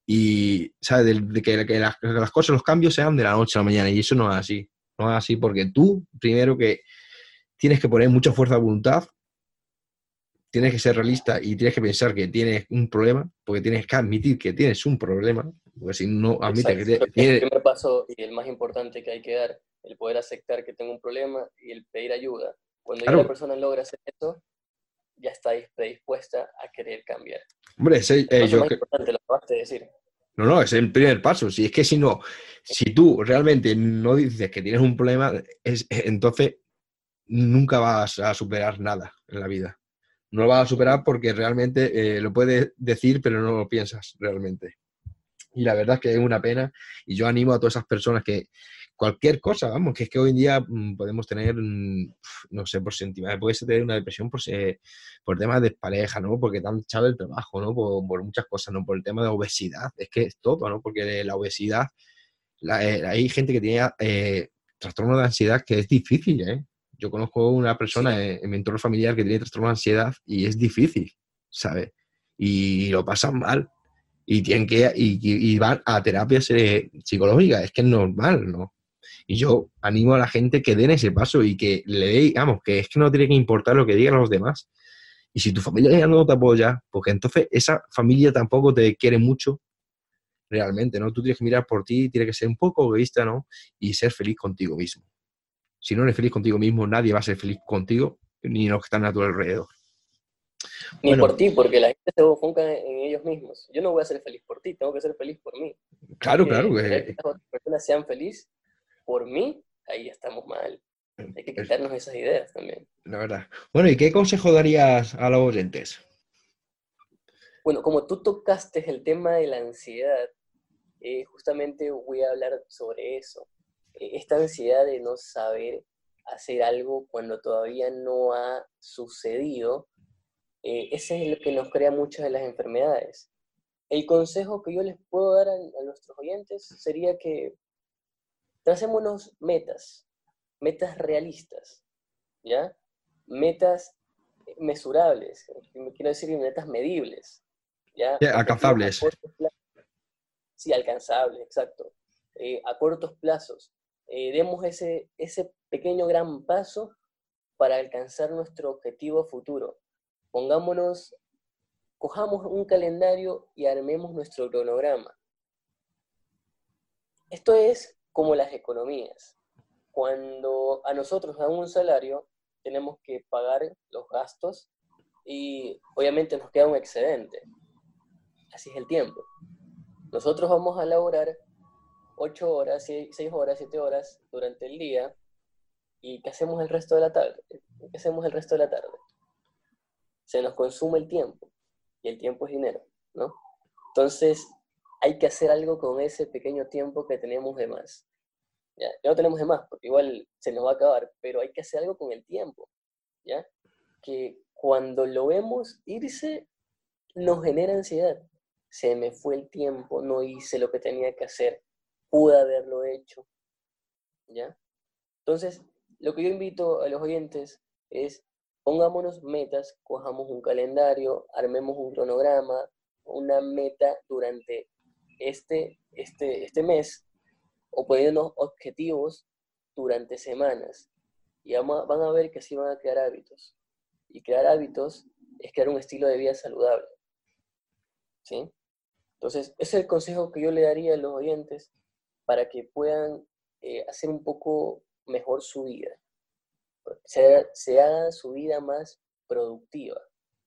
y, ¿sabes? Que las cosas, los cambios sean de la noche a la mañana y eso no es así. No es así porque tú, primero que tienes que poner mucha fuerza de voluntad, tienes que ser realista y tienes que pensar que tienes un problema, porque tienes que admitir que tienes un problema, porque si no admites Exacto. que Creo que es el tienes... primer paso y el más importante que hay que dar, el poder aceptar que tengo un problema y el pedir ayuda. Cuando ya la Claro, persona logra hacer eso, ya está predispuesta a querer cambiar. hombre, El paso yo más importante, lo acabaste de decir. no, no, es el primer paso. Si es que si no, si tú realmente no dices que tienes un problema, entonces nunca vas a superar nada en la vida. No lo vas a superar porque realmente lo puedes decir, pero no lo piensas realmente. Y la verdad es que es una pena y yo animo a todas esas personas que cualquier cosa, vamos, que es que hoy en día podemos tener, no sé, por sentimientos, puedes tener una depresión por temas de pareja, ¿no? Porque te han echado el trabajo, ¿no? Por muchas cosas, ¿no? Por el tema de obesidad, es que es todo, ¿no? Porque la obesidad, hay gente que tiene trastorno de ansiedad que es difícil, ¿eh? Yo conozco una Sí, persona en mi entorno familiar que tiene trastorno de ansiedad y es difícil, ¿sabes? Y lo pasan mal y tienen y van a terapias psicológicas, es que es normal, ¿no? Y yo animo a la gente que den ese paso y que le dé, digamos, que es que no tiene que importar lo que digan los demás. Y si tu familia ya no te apoya, porque entonces esa familia tampoco te quiere mucho realmente, ¿no? Tú tienes que mirar por ti, tienes que ser un poco egoísta, ¿no? Y ser feliz contigo mismo. Si no eres feliz contigo mismo, nadie va a ser feliz contigo, ni los que están a tu alrededor. ni Bueno, por ti, porque la gente se enfoca en ellos mismos. Yo no voy a ser feliz por ti, tengo que ser feliz por mí. claro, claro, Porque querer que las otras personas sean felices por mí, ahí estamos mal. Hay que quitarnos esas ideas también. la verdad. Bueno, ¿y qué consejo darías a los oyentes? Bueno, como tú tocaste el tema de la ansiedad, justamente voy a hablar sobre eso. Esta ansiedad de no saber hacer algo cuando todavía no ha sucedido, ese es lo que nos crea muchas de las enfermedades. El consejo que yo les puedo dar a nuestros oyentes sería que tracémonos metas, metas realistas, ¿ya? Metas mesurables, quiero decir metas medibles, ¿ya? Ya, Objetivos a alcanzables. corto plazo, sí, alcanzables, exacto, a cortos plazos. Demos ese pequeño gran paso para alcanzar nuestro objetivo futuro. Pongámonos, cojamos un calendario y armemos nuestro cronograma. Esto es como las economías. Cuando a nosotros dan un salario, tenemos que pagar los gastos y obviamente nos queda un excedente. Así es el tiempo. Nosotros vamos a laborar 8 horas, 6 horas, 7 horas durante el día. ¿Y qué hacemos el resto de la tarde? ¿Qué hacemos el resto de la tarde? Se nos consume el tiempo. Y el tiempo es dinero, ¿no? Entonces, hay que hacer algo con ese pequeño tiempo que tenemos de más. ¿Ya? Ya no tenemos de más, porque igual se nos va a acabar, pero hay que hacer algo con el tiempo, ¿ya? Que cuando lo vemos irse, nos genera ansiedad. Se me fue el tiempo, no hice lo que tenía que hacer, pude haberlo hecho, ¿ya? Entonces, lo que yo invito a los oyentes es, pongámonos metas, cojamos un calendario, armemos un cronograma, una meta durante este mes, o poniéndonos objetivos durante semanas. Y van a ver que así van a crear hábitos. Y crear hábitos es crear un estilo de vida saludable, ¿sí? Entonces, ese es el consejo que yo le daría a los oyentes para que puedan hacer un poco mejor su vida. Se haga su vida más productiva.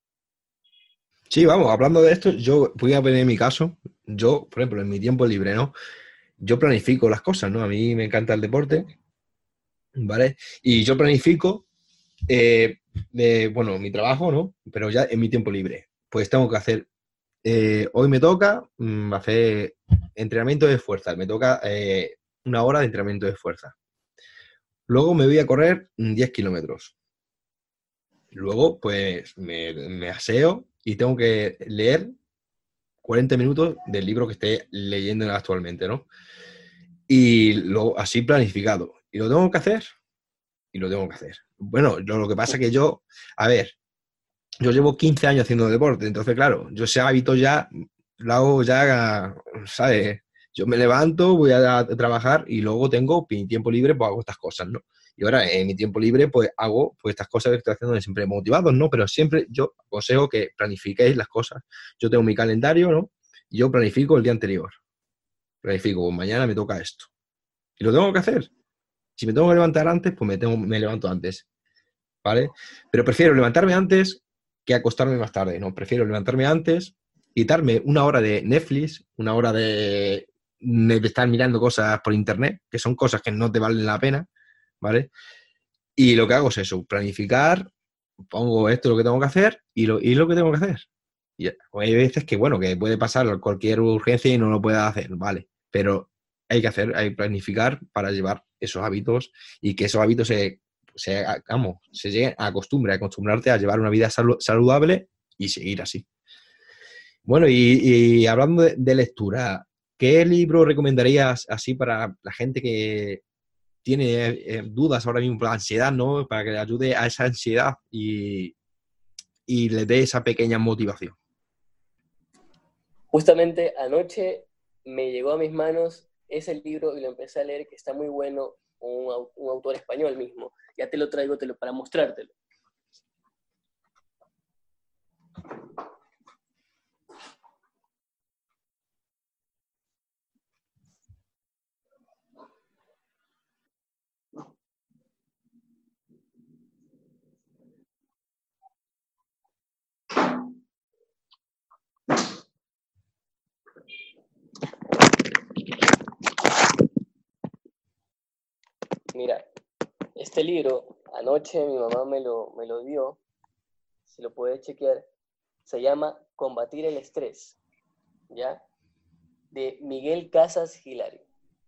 Sí, vamos, hablando de esto, yo voy a poner mi caso. Yo, por ejemplo, en mi tiempo libre, ¿no? Yo planifico las cosas, ¿no? A mí me encanta el deporte, ¿vale? Y yo planifico, bueno, mi trabajo, ¿no? Pero ya en mi tiempo libre. Pues tengo que hacer, hoy me toca hacer entrenamiento de fuerza, me toca 1 hora de entrenamiento de fuerza. Luego me voy a correr 10 kilómetros. Luego, pues, me aseo y tengo que leer 40 minutos del libro que esté leyendo actualmente, ¿no? Y lo así planificado. ¿Y lo tengo que hacer? Y lo tengo que hacer. Bueno, lo que pasa es que yo, a ver, yo llevo 15 años haciendo deporte, entonces, claro, yo ese hábito ya lo hago ya, ¿sabes? Yo me levanto, voy a trabajar y luego tengo mi tiempo libre, pues hago estas cosas, ¿no? Y ahora en mi tiempo libre, pues hago pues estas cosas que estoy haciendo siempre motivados, ¿no? Pero siempre yo aconsejo que planifiquéis las cosas. Yo tengo mi calendario, ¿no? Y yo planifico el día anterior. Planifico, pues mañana me toca esto. Y lo tengo que hacer. Si me tengo que levantar antes, pues me levanto antes, ¿vale? Pero prefiero levantarme antes que acostarme más tarde, ¿no? Prefiero levantarme antes, quitarme 1 hora de Netflix, 1 hora de estar mirando cosas por internet, que son cosas que no te valen la pena, ¿vale? Y lo que hago es eso, planificar, pongo esto lo que tengo que hacer y lo que tengo que hacer. Y hay veces que, bueno, que puede pasar cualquier urgencia y no lo pueda hacer, ¿vale? Pero hay que hacer, hay que planificar para llevar esos hábitos y que esos hábitos se lleguen a acostumbrarte a llevar una vida saludable y seguir así. Bueno, y hablando de lectura, ¿qué libro recomendarías así para la gente que tiene dudas ahora mismo por la ansiedad, ¿no? Para que le ayude a esa ansiedad y le dé esa pequeña motivación? Justamente anoche me llegó a mis manos ese libro y lo empecé a leer, que está muy bueno, un autor español mismo. Ya te lo traigo para mostrártelo. Mira, este libro, anoche mi mamá me lo dio, si lo puedes chequear, se llama Combatir el estrés, ¿ya? De Miguel Casas Hilario,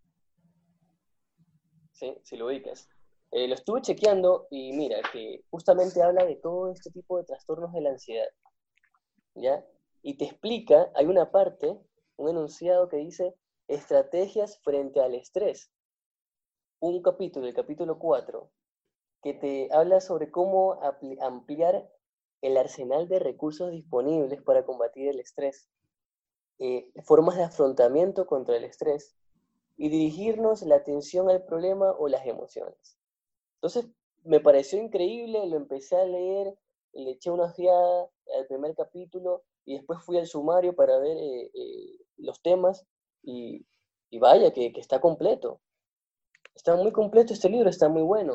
¿sí? Si lo ubicas. Lo estuve chequeando y mira, que justamente habla de todo este tipo de trastornos de la ansiedad, ¿ya? Y te explica, hay una parte, un enunciado que dice estrategias frente al estrés. Un capítulo, el capítulo 4, que te habla sobre cómo ampliar el arsenal de recursos disponibles para combatir el estrés, formas de afrontamiento contra el estrés y dirigirnos la atención al problema o las emociones. Entonces, me pareció increíble, lo empecé a leer, le eché una ojeada al primer capítulo y después fui al sumario para ver los temas y vaya, que está completo. Está muy completo este libro, está muy bueno.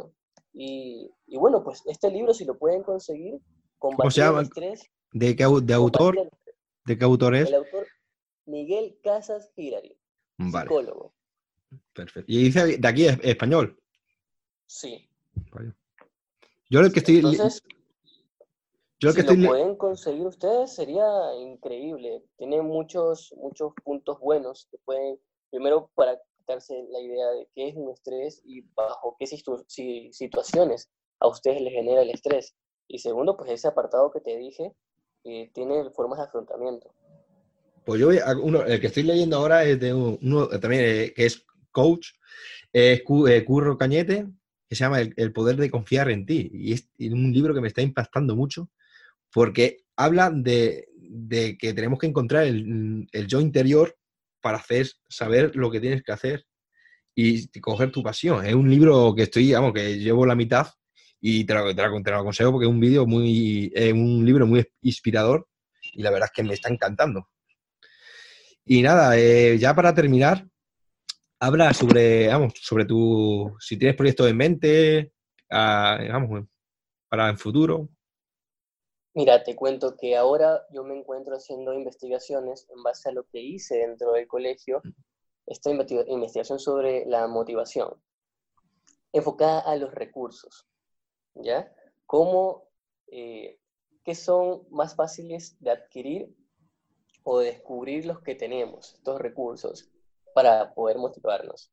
Y bueno, pues este libro, si lo pueden conseguir, ¿Cómo se Combatir el llama? estrés, ¿De autor? combatir el, ¿De qué autor el es? autor Miguel Casas Hirari, Vale, psicólogo. perfecto. Y dice de aquí español. Sí, Vale. Yo el que sí. estoy, Entonces, yo el que si estoy, lo pueden conseguir ustedes, sería increíble. Tiene muchos, muchos puntos buenos que pueden, primero, para quitarse la idea de qué es un estrés y bajo qué situaciones a ustedes les genera el estrés. Y segundo, pues ese apartado que te dije, tiene formas de afrontamiento. pues el que estoy leyendo ahora es de uno también que es coach, Curro Cañete, que se llama el poder de confiar en ti. Y es un libro que me está impactando mucho porque habla de que tenemos que encontrar el yo interior para saber lo que tienes que hacer y coger tu pasión. Es un libro que que llevo la mitad y te lo aconsejo porque es un libro muy inspirador y la verdad es que me está encantando. Y nada, ya para terminar, habla sobre si tienes proyectos en mente, para el futuro. Mira, te cuento que ahora yo me encuentro haciendo investigaciones en base a lo que hice dentro del colegio, esta investigación sobre la motivación, enfocada a los recursos, ¿ya? ¿Cómo, qué son más fáciles de adquirir o de descubrir los que tenemos, estos recursos, para poder motivarnos?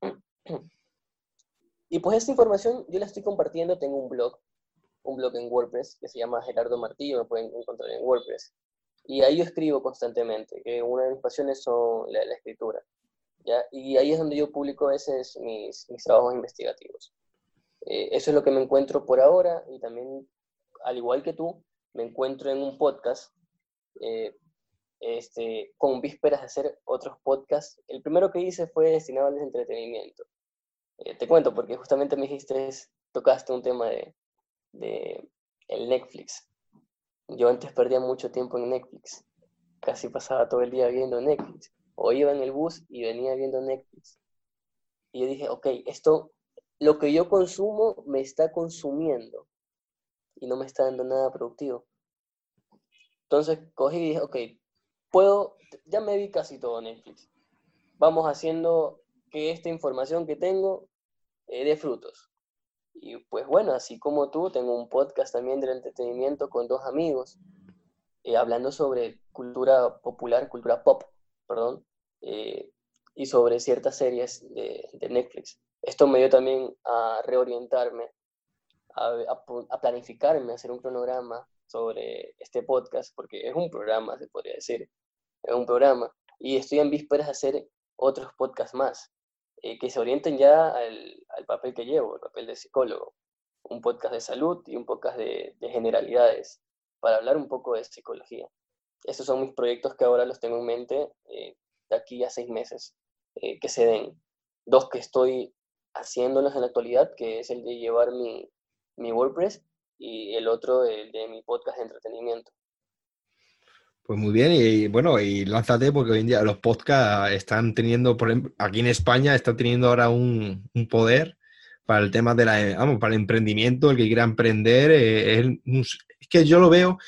Y pues esta información yo la estoy compartiendo, tengo un blog en WordPress que se llama Gerardo Martillo, me pueden encontrar en WordPress. Y ahí yo escribo constantemente, que una de mis pasiones son la escritura, ¿ya? Y ahí es donde yo publico a veces mis trabajos investigativos. Eso es lo que me encuentro por ahora y también, al igual que tú, me encuentro en un podcast eh, con vísperas de hacer otros podcasts. El primero que hice fue destinado al entretenimiento. Te cuento porque justamente me dijiste, tocaste un tema de el Netflix. Yo antes perdía mucho tiempo en Netflix, casi pasaba todo el día viendo Netflix, o iba en el bus y venía viendo Netflix. Y yo dije, ok, lo que yo consumo me está consumiendo y no me está dando nada productivo. Entonces cogí y dije, ok, ya me vi casi todo Netflix. Vamos haciendo que esta información que tengo dé frutos. Y pues bueno, así como tú, tengo un podcast también del entretenimiento con dos amigos, hablando sobre cultura popular, cultura pop, perdón, eh, y sobre ciertas series de Netflix. Esto me dio también a reorientarme, a planificarme, a hacer un cronograma sobre este podcast, porque es un programa, se podría decir, es un programa, y estoy en vísperas de hacer otros podcasts más, que se orienten ya al papel que llevo, el papel de psicólogo, un podcast de salud y un podcast de generalidades, para hablar un poco de psicología. Esos son mis proyectos que ahora los tengo en mente de aquí a 6 meses, que se den. Dos que estoy haciéndolos en la actualidad, que es el de llevar mi WordPress y el otro el de mi podcast de entretenimiento. Pues muy bien, y bueno, y lánzate porque hoy en día los podcasts están teniendo, por ejemplo, aquí en España están teniendo ahora un poder para el tema para el emprendimiento, el que quiera emprender, es que yo lo veo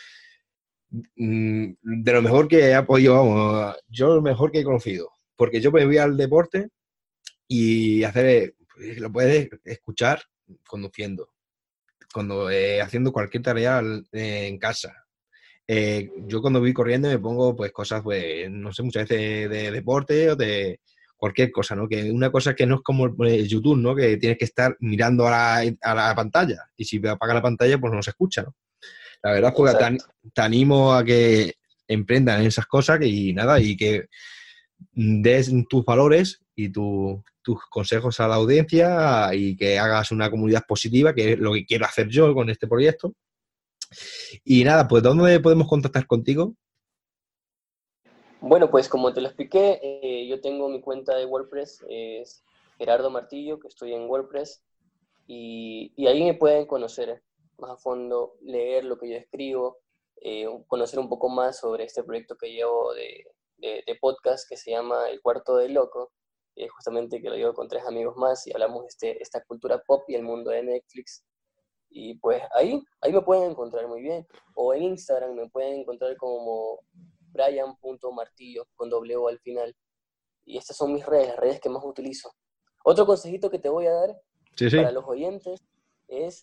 de lo mejor que he apoyado, vamos, yo lo mejor que he conocido, porque yo me voy al deporte y pues, lo puedes escuchar conduciendo, haciendo cualquier tarea en casa. Yo cuando voy corriendo me pongo pues cosas, pues, no sé, muchas veces de deporte o de cualquier cosa, ¿no? Que una cosa que no es como YouTube, ¿no? Que tienes que estar mirando a la pantalla y si apaga la pantalla pues no se escucha, ¿no? La verdad, pues Exacto. te animo a que emprendan esas cosas y nada, y que des tus valores y tus consejos a la audiencia y que hagas una comunidad positiva, que es lo que quiero hacer yo con este proyecto. Y nada, pues ¿dónde podemos contactar contigo? Bueno, pues como te lo expliqué, yo tengo mi cuenta de WordPress, es Gerardo Martillo, que estoy en WordPress, y ahí me pueden conocer más a fondo, leer lo que yo escribo, conocer un poco más sobre este proyecto que llevo de podcast que se llama El Cuarto del Loco, justamente que lo llevo con 3 amigos más y hablamos de esta cultura pop y el mundo de Netflix. Y pues ahí me pueden encontrar muy bien. O en Instagram me pueden encontrar como brian.martillo con doble O al final. Y estas son mis redes, las redes que más utilizo. Otro consejito que te voy a dar para los oyentes es,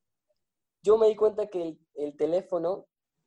yo me di cuenta que el teléfono,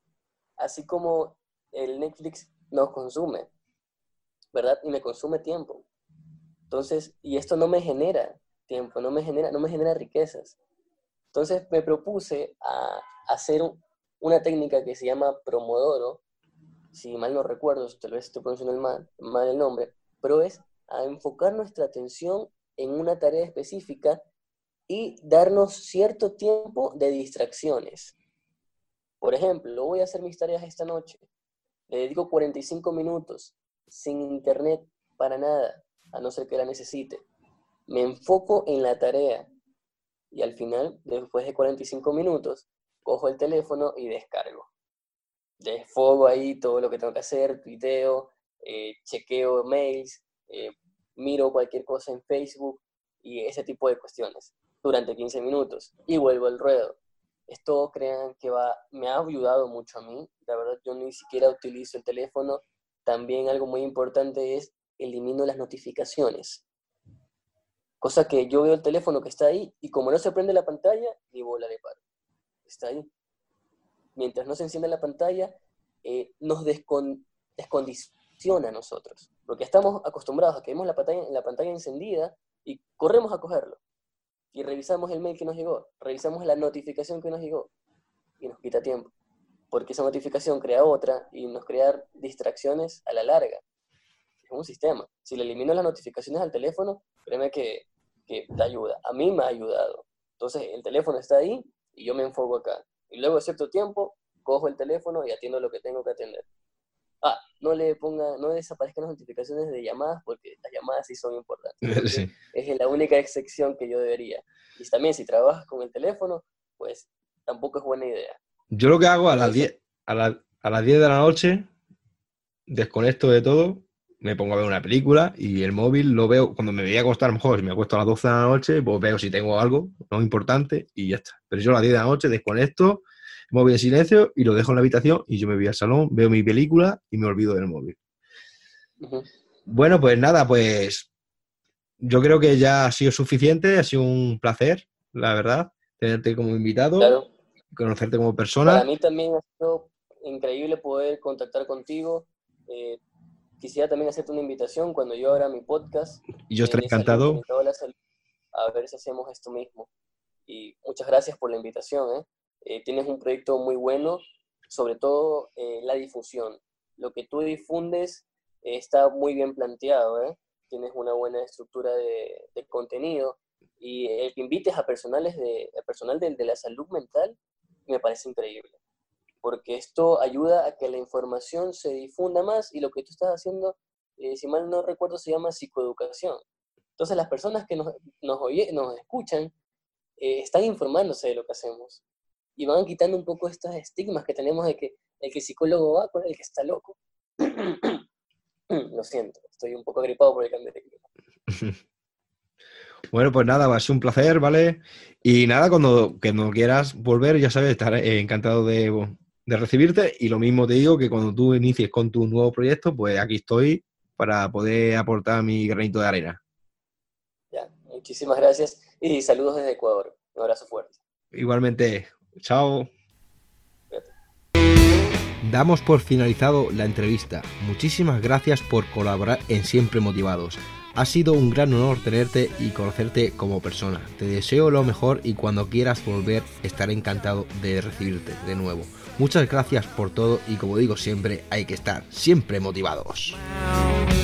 así como el Netflix, nos consume, ¿verdad? Y me consume tiempo. Entonces, y esto no me genera tiempo, no me genera riquezas. Entonces me propuse a hacer una técnica que se llama Promodoro, si mal no recuerdo, tal vez estoy pronunciando mal el nombre, pero es a enfocar nuestra atención en una tarea específica y darnos cierto tiempo de distracciones. Por ejemplo, voy a hacer mis tareas esta noche, le dedico 45 minutos, sin internet para nada, a no ser que la necesite. Me enfoco en la tarea y al final, después de 45 minutos, cojo el teléfono y descargo. Desfogo ahí todo lo que tengo que hacer, tuiteo, chequeo mails, miro cualquier cosa en Facebook y ese tipo de cuestiones durante 15 minutos y vuelvo al ruedo. Esto, crean que me ha ayudado mucho a mí. La verdad, yo ni siquiera utilizo el teléfono. También algo muy importante es elimino las notificaciones. Cosa que yo veo el teléfono que está ahí y como no se prende la pantalla, ni bola le paro. Está ahí. Mientras no se encienda la pantalla, nos descondiciona a nosotros. Porque estamos acostumbrados a que vemos la pantalla encendida y corremos a cogerlo. Y revisamos el mail que nos llegó, revisamos la notificación que nos llegó y nos quita tiempo. Porque esa notificación crea otra y nos crea distracciones a la larga. Es un sistema. Si le elimino las notificaciones al teléfono, créeme que te ayuda. A mí me ha ayudado. Entonces el teléfono está ahí y yo me enfoco acá. Y luego de cierto tiempo, cojo el teléfono y atiendo lo que tengo que atender. No desaparezcan las notificaciones de llamadas porque las llamadas sí son importantes. Sí. Es la única excepción que yo debería. Y también si trabajas con el teléfono, pues tampoco es buena idea. Yo lo que hago a las 10 de la noche, desconecto de todo, me pongo a ver una película y el móvil lo veo cuando me voy a acostar, mejor si me acuesto a las 12 de la noche, pues veo si tengo algo no importante y ya está. Pero yo a las 10 de la noche desconecto, el móvil en silencio y lo dejo en la habitación y yo me voy al salón, veo mi película y me olvido del móvil. Uh-huh. Bueno, pues nada, pues yo creo que ya ha sido suficiente, ha sido un placer, la verdad, tenerte como invitado, claro, conocerte como persona. Para mí también ha sido increíble poder contactar contigo. Quisiera también hacerte una invitación cuando yo abra mi podcast. Y yo estaré encantado. A ver si hacemos esto mismo. Y muchas gracias por la invitación. Tienes un proyecto muy bueno, sobre todo la difusión. Lo que tú difundes está muy bien planteado. Tienes una buena estructura de contenido. Y el que invites a personal de la salud mental me parece increíble. Porque esto ayuda a que la información se difunda más y lo que tú estás haciendo, si mal no recuerdo, se llama psicoeducación. Entonces las personas que nos escuchan están informándose de lo que hacemos y van quitando un poco estos estigmas que tenemos de que el que psicólogo va con el que está loco. Lo siento, estoy un poco agripado por el cambio de clima. Bueno, pues nada, va a ser un placer, ¿vale? Y nada, cuando quieras volver, ya sabes, estaré encantado de recibirte y lo mismo te digo que cuando tú inicies con tu nuevo proyecto, pues aquí estoy para poder aportar mi granito de arena. Ya, muchísimas gracias y saludos desde Ecuador. Un abrazo fuerte. Igualmente, chao. Damos por finalizado la entrevista. Muchísimas gracias por colaborar en Siempre Motivados. Ha sido un gran honor tenerte y conocerte como persona. Te deseo lo mejor y cuando quieras volver estaré encantado de recibirte de nuevo. Muchas gracias por todo y como digo siempre, hay que estar siempre motivados.